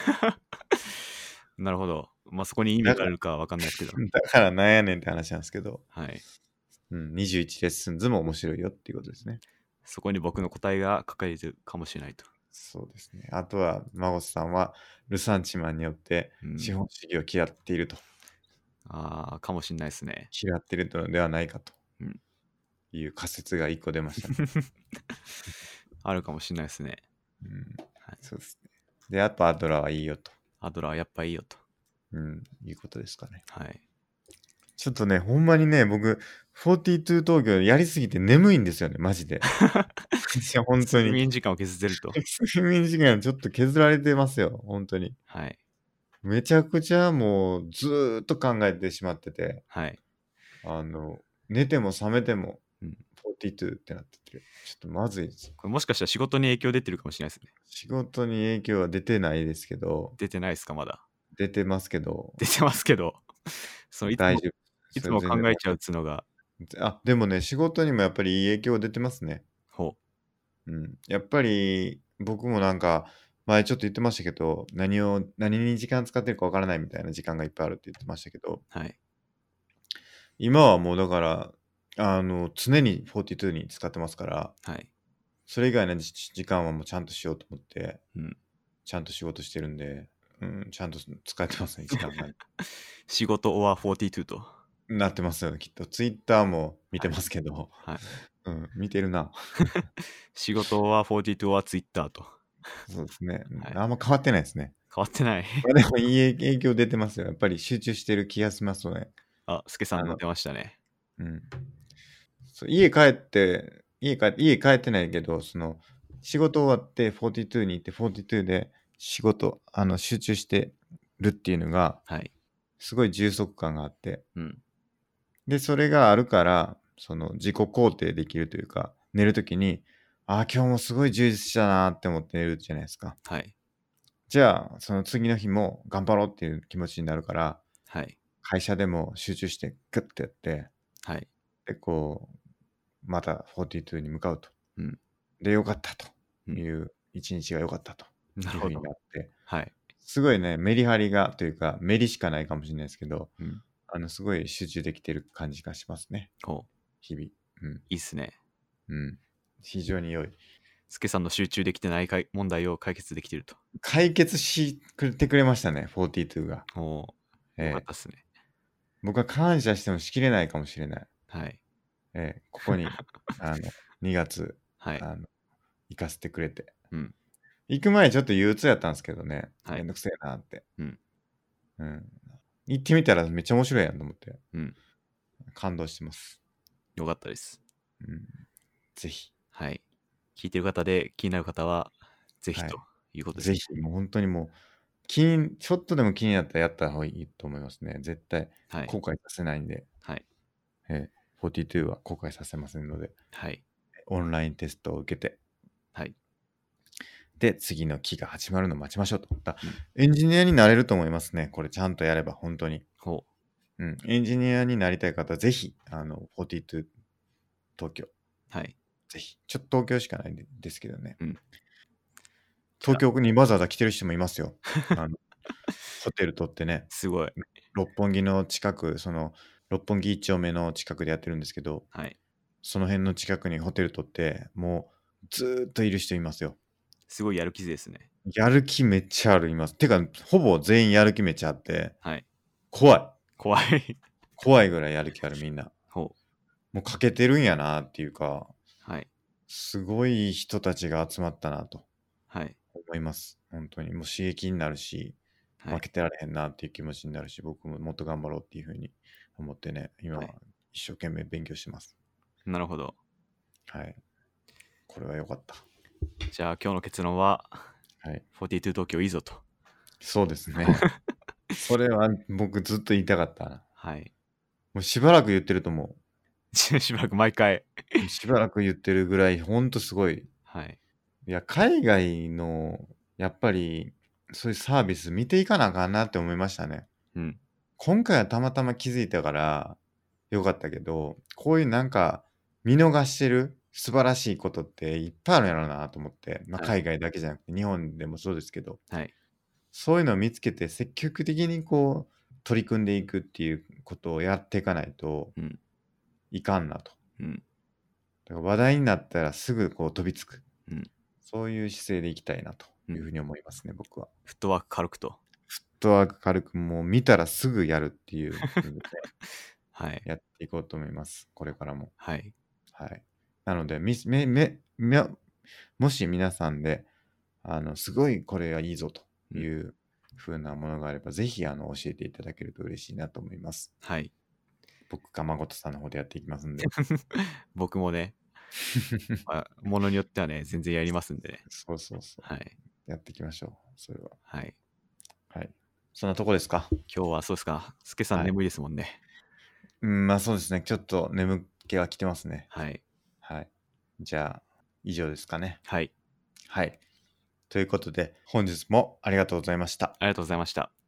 なるほど。まあ、そこに意味があるかわかんないですけど。 だからなんやねんって話なんですけど、 はい。 うん、にじゅういちレッスンズも面白いよっていうことですね。 そこに僕の答えが書かれてるかもしれないと。 そうですね。あとは、マゴスさんは、ルサンチマンによってうん、 資本主義を嫌っていると。 ああ、かもしれないですね。 嫌っているのではないかとうん、 いう仮説がいっこ出ましたね。 あるかもしれないですね。 うん、 はい、 そうですね。で、あとアドラーはいいよと、 アドラーやっぱいいよと。 うん、いうことですかね。 はい。 ちょっとね、ほんまにね、僕、フォーティーツー東京やりすぎて眠いんですよね、マジで。いや、本当睡に。 眠時間を削ってると。 睡眠時間ちょっと削られてますよ、本当に。 はい。 めちゃくちゃもうずーっと考えてしまってて、 はい。 あの、寝ても覚めてもうん、 フォーティーツーってなってて、ちょっとまずいです。 これもしかしたら仕事に影響出てるかもしれないですね。 仕事に影響は出てないですけど、 出てないですか、まだ。 出てますけど、 出てますけど、そのいつも、 大丈夫。 いつもそれ全然考えちゃうっつうのが、 あ、でもね、仕事にもやっぱりいい影響出てますね。 ほうん。やっぱり僕もなんか、前ちょっと言ってましたけど、何を、何に時間使ってるかわからないみたいな時間がいっぱいあるって言ってましたけど、 う。はい。 今はもうだから、あの、常にフォーティーツーに使ってますから、 はい。 それ以外の時時間はもうちゃんとしようと思って、 うん、 ちゃんと仕事してるんで、うん、ちゃんと使ってますね、時間が。 仕事 or フォーティーツーと。 なってますよね、きっと。ツイッターも見てますけど、 はい。 うん、見てるな。 仕事はフォーティーツーは Twitter と。 そうですね。 はいあんま変わってないですね。 変わってない。 まあでもいい影響出てますよ。やっぱり集中してる気がしますよね。 あ、スケさあの、 んの出ましたね。 うん。そう家帰って、家帰って、家帰ってないけど、その、仕事終わってよんじゅうにに行ってよんじゅうにで仕事、あの、集中してるっていうのが、 はい。 すごい充足感があって、 うん。 で、それがあるから、その、自己肯定できるというか、寝るときに、ああ、今日もすごい充実したなーって思って寝るじゃないですか。 はい。 じゃあ、その次の日も頑張ろうっていう気持ちになるから、 はい。 会社でも集中してグッてやって、 はい。 で、こう、またよんじゅうにに向かうと。 うん。 で、よかったとうんいう、一日が良かったというふうになるほど。 なって、 はい。 すごいね、メリハリがというか、メリしかないかもしれないですけど、 うん。 あの、すごい集中できてる感じがしますね。 ほう。 日々。うん。 いいっすね。 うん。非常に良い。 スケさんの集中できてないかい問題を解決できてると。 解決してくれましたね、よんじゅうにが。 おー、よかっええたっすね。 僕は感謝してもしきれないかもしれない。 はい。 ええここに、あの、にがつ、 はい。 あの、行かせてくれて。 うん。 行く前ちょっと憂鬱やったんですけどね。 はいめんどくせえなって。 うん。 うん。行ってみたらめっちゃ面白いやんと思って。 うん。 感動してます。 よかったです。 うん。ぜひ。 はい。聞いてる方で気になる方は、ぜひはいということですね。 ぜひ、もう本当にもう、気に、ちょっとでも気になったらやった方がいいと思いますね。絶対、 はい。 後悔させないんで。 はい。 えー、よんじゅうには後悔させませんので、 はい。 オンラインテストを受けて、 はい。 で、次の期が始まるのを待ちましょうと。だうんエンジニアになれると思いますね。これちゃんとやれば、本当に。 ほうん。エンジニアになりたい方は、ぜひ、あの、よんじゅうに東京。 う。はい。 ぜひ。ちょっと東京しかないんでですけどね。 うん東京にわざわざ来てる人もいますよ。あのホテル取ってね。 すごい。 六本木の近く、その、六本木一丁目の近くでやってるんですけど、 はい。 その辺の近くにホテル取って、もうずーっといる人いますよ。 すごいやる気ですね。 やる気めっちゃあるいます。てか、ほぼ全員やる気めっちゃあって、 はい。 怖い。 怖い。 怖いぐらいやる気あるみんな。 ほう。 もう欠けてるんやなっていうか、 はい。 すごい人たちが集まったなとはい。 思います。本当に。もう刺激になるし、 はい。 負けてられへんなっていう気持ちになるし、僕ももっと頑張ろうっていうふうに思ってね、今ははい一生懸命勉強してます。 なるほど。 はい。これは良かった。 じゃあ今日の結論は、 はい。 よんじゅうに東京いいぞと。 そうですね。それは僕ずっと言いたかったな。 はい。 もうしばらく言ってると思しばらく毎回。 う。しばらく言ってるぐらい、ほんとすごい。 はい。 いや、海外の、やっぱり、 そういうサービス見ていかなあかんなって思いましたね。 うん。 今回はたまたま気づいたからよかったけど、こういうなんか見逃してる素晴らしいことっていっぱいあるんやろうなと思って、まあ、 はい。 海外だけじゃなくて日本でもそうですけど、 はい。 そういうのを見つけて積極的にこう取り組んでいくっていうことをやっていかないとうん。 いかんなと。 うん。 だから話題になったらすぐこう飛びつく。 うん。 そういう姿勢でいきたいなとうんいうふうに思いますね、僕は。 フットワーク軽くと。 フットワーク軽くもう見たらすぐやるっていう風ではい。 やっていこうと思います。これからも。 はい。 はい。なので、みめめめもし皆さんで、あの、すごいこれがいいぞとうん。 いう風なものがあれば、ぜひあの教えていただけると嬉しいなと思います。 はい。 僕が誠さんの方でやっていきますんで。 僕もね、まあ、ものによってはね、全然やりますんでね。 そうそうそう。 はい。 やっていきましょう。それは。 はい。 はい。そんなとこですか。 今日はそうですか。スケさんはい。 眠いですもんね。 うん、まあそうですね。ちょっと眠気が来てますね。 はい。 はい。じゃあ、以上ですかね。 はい。 はい。ということで、本日もありがとうございました。 ありがとうございました。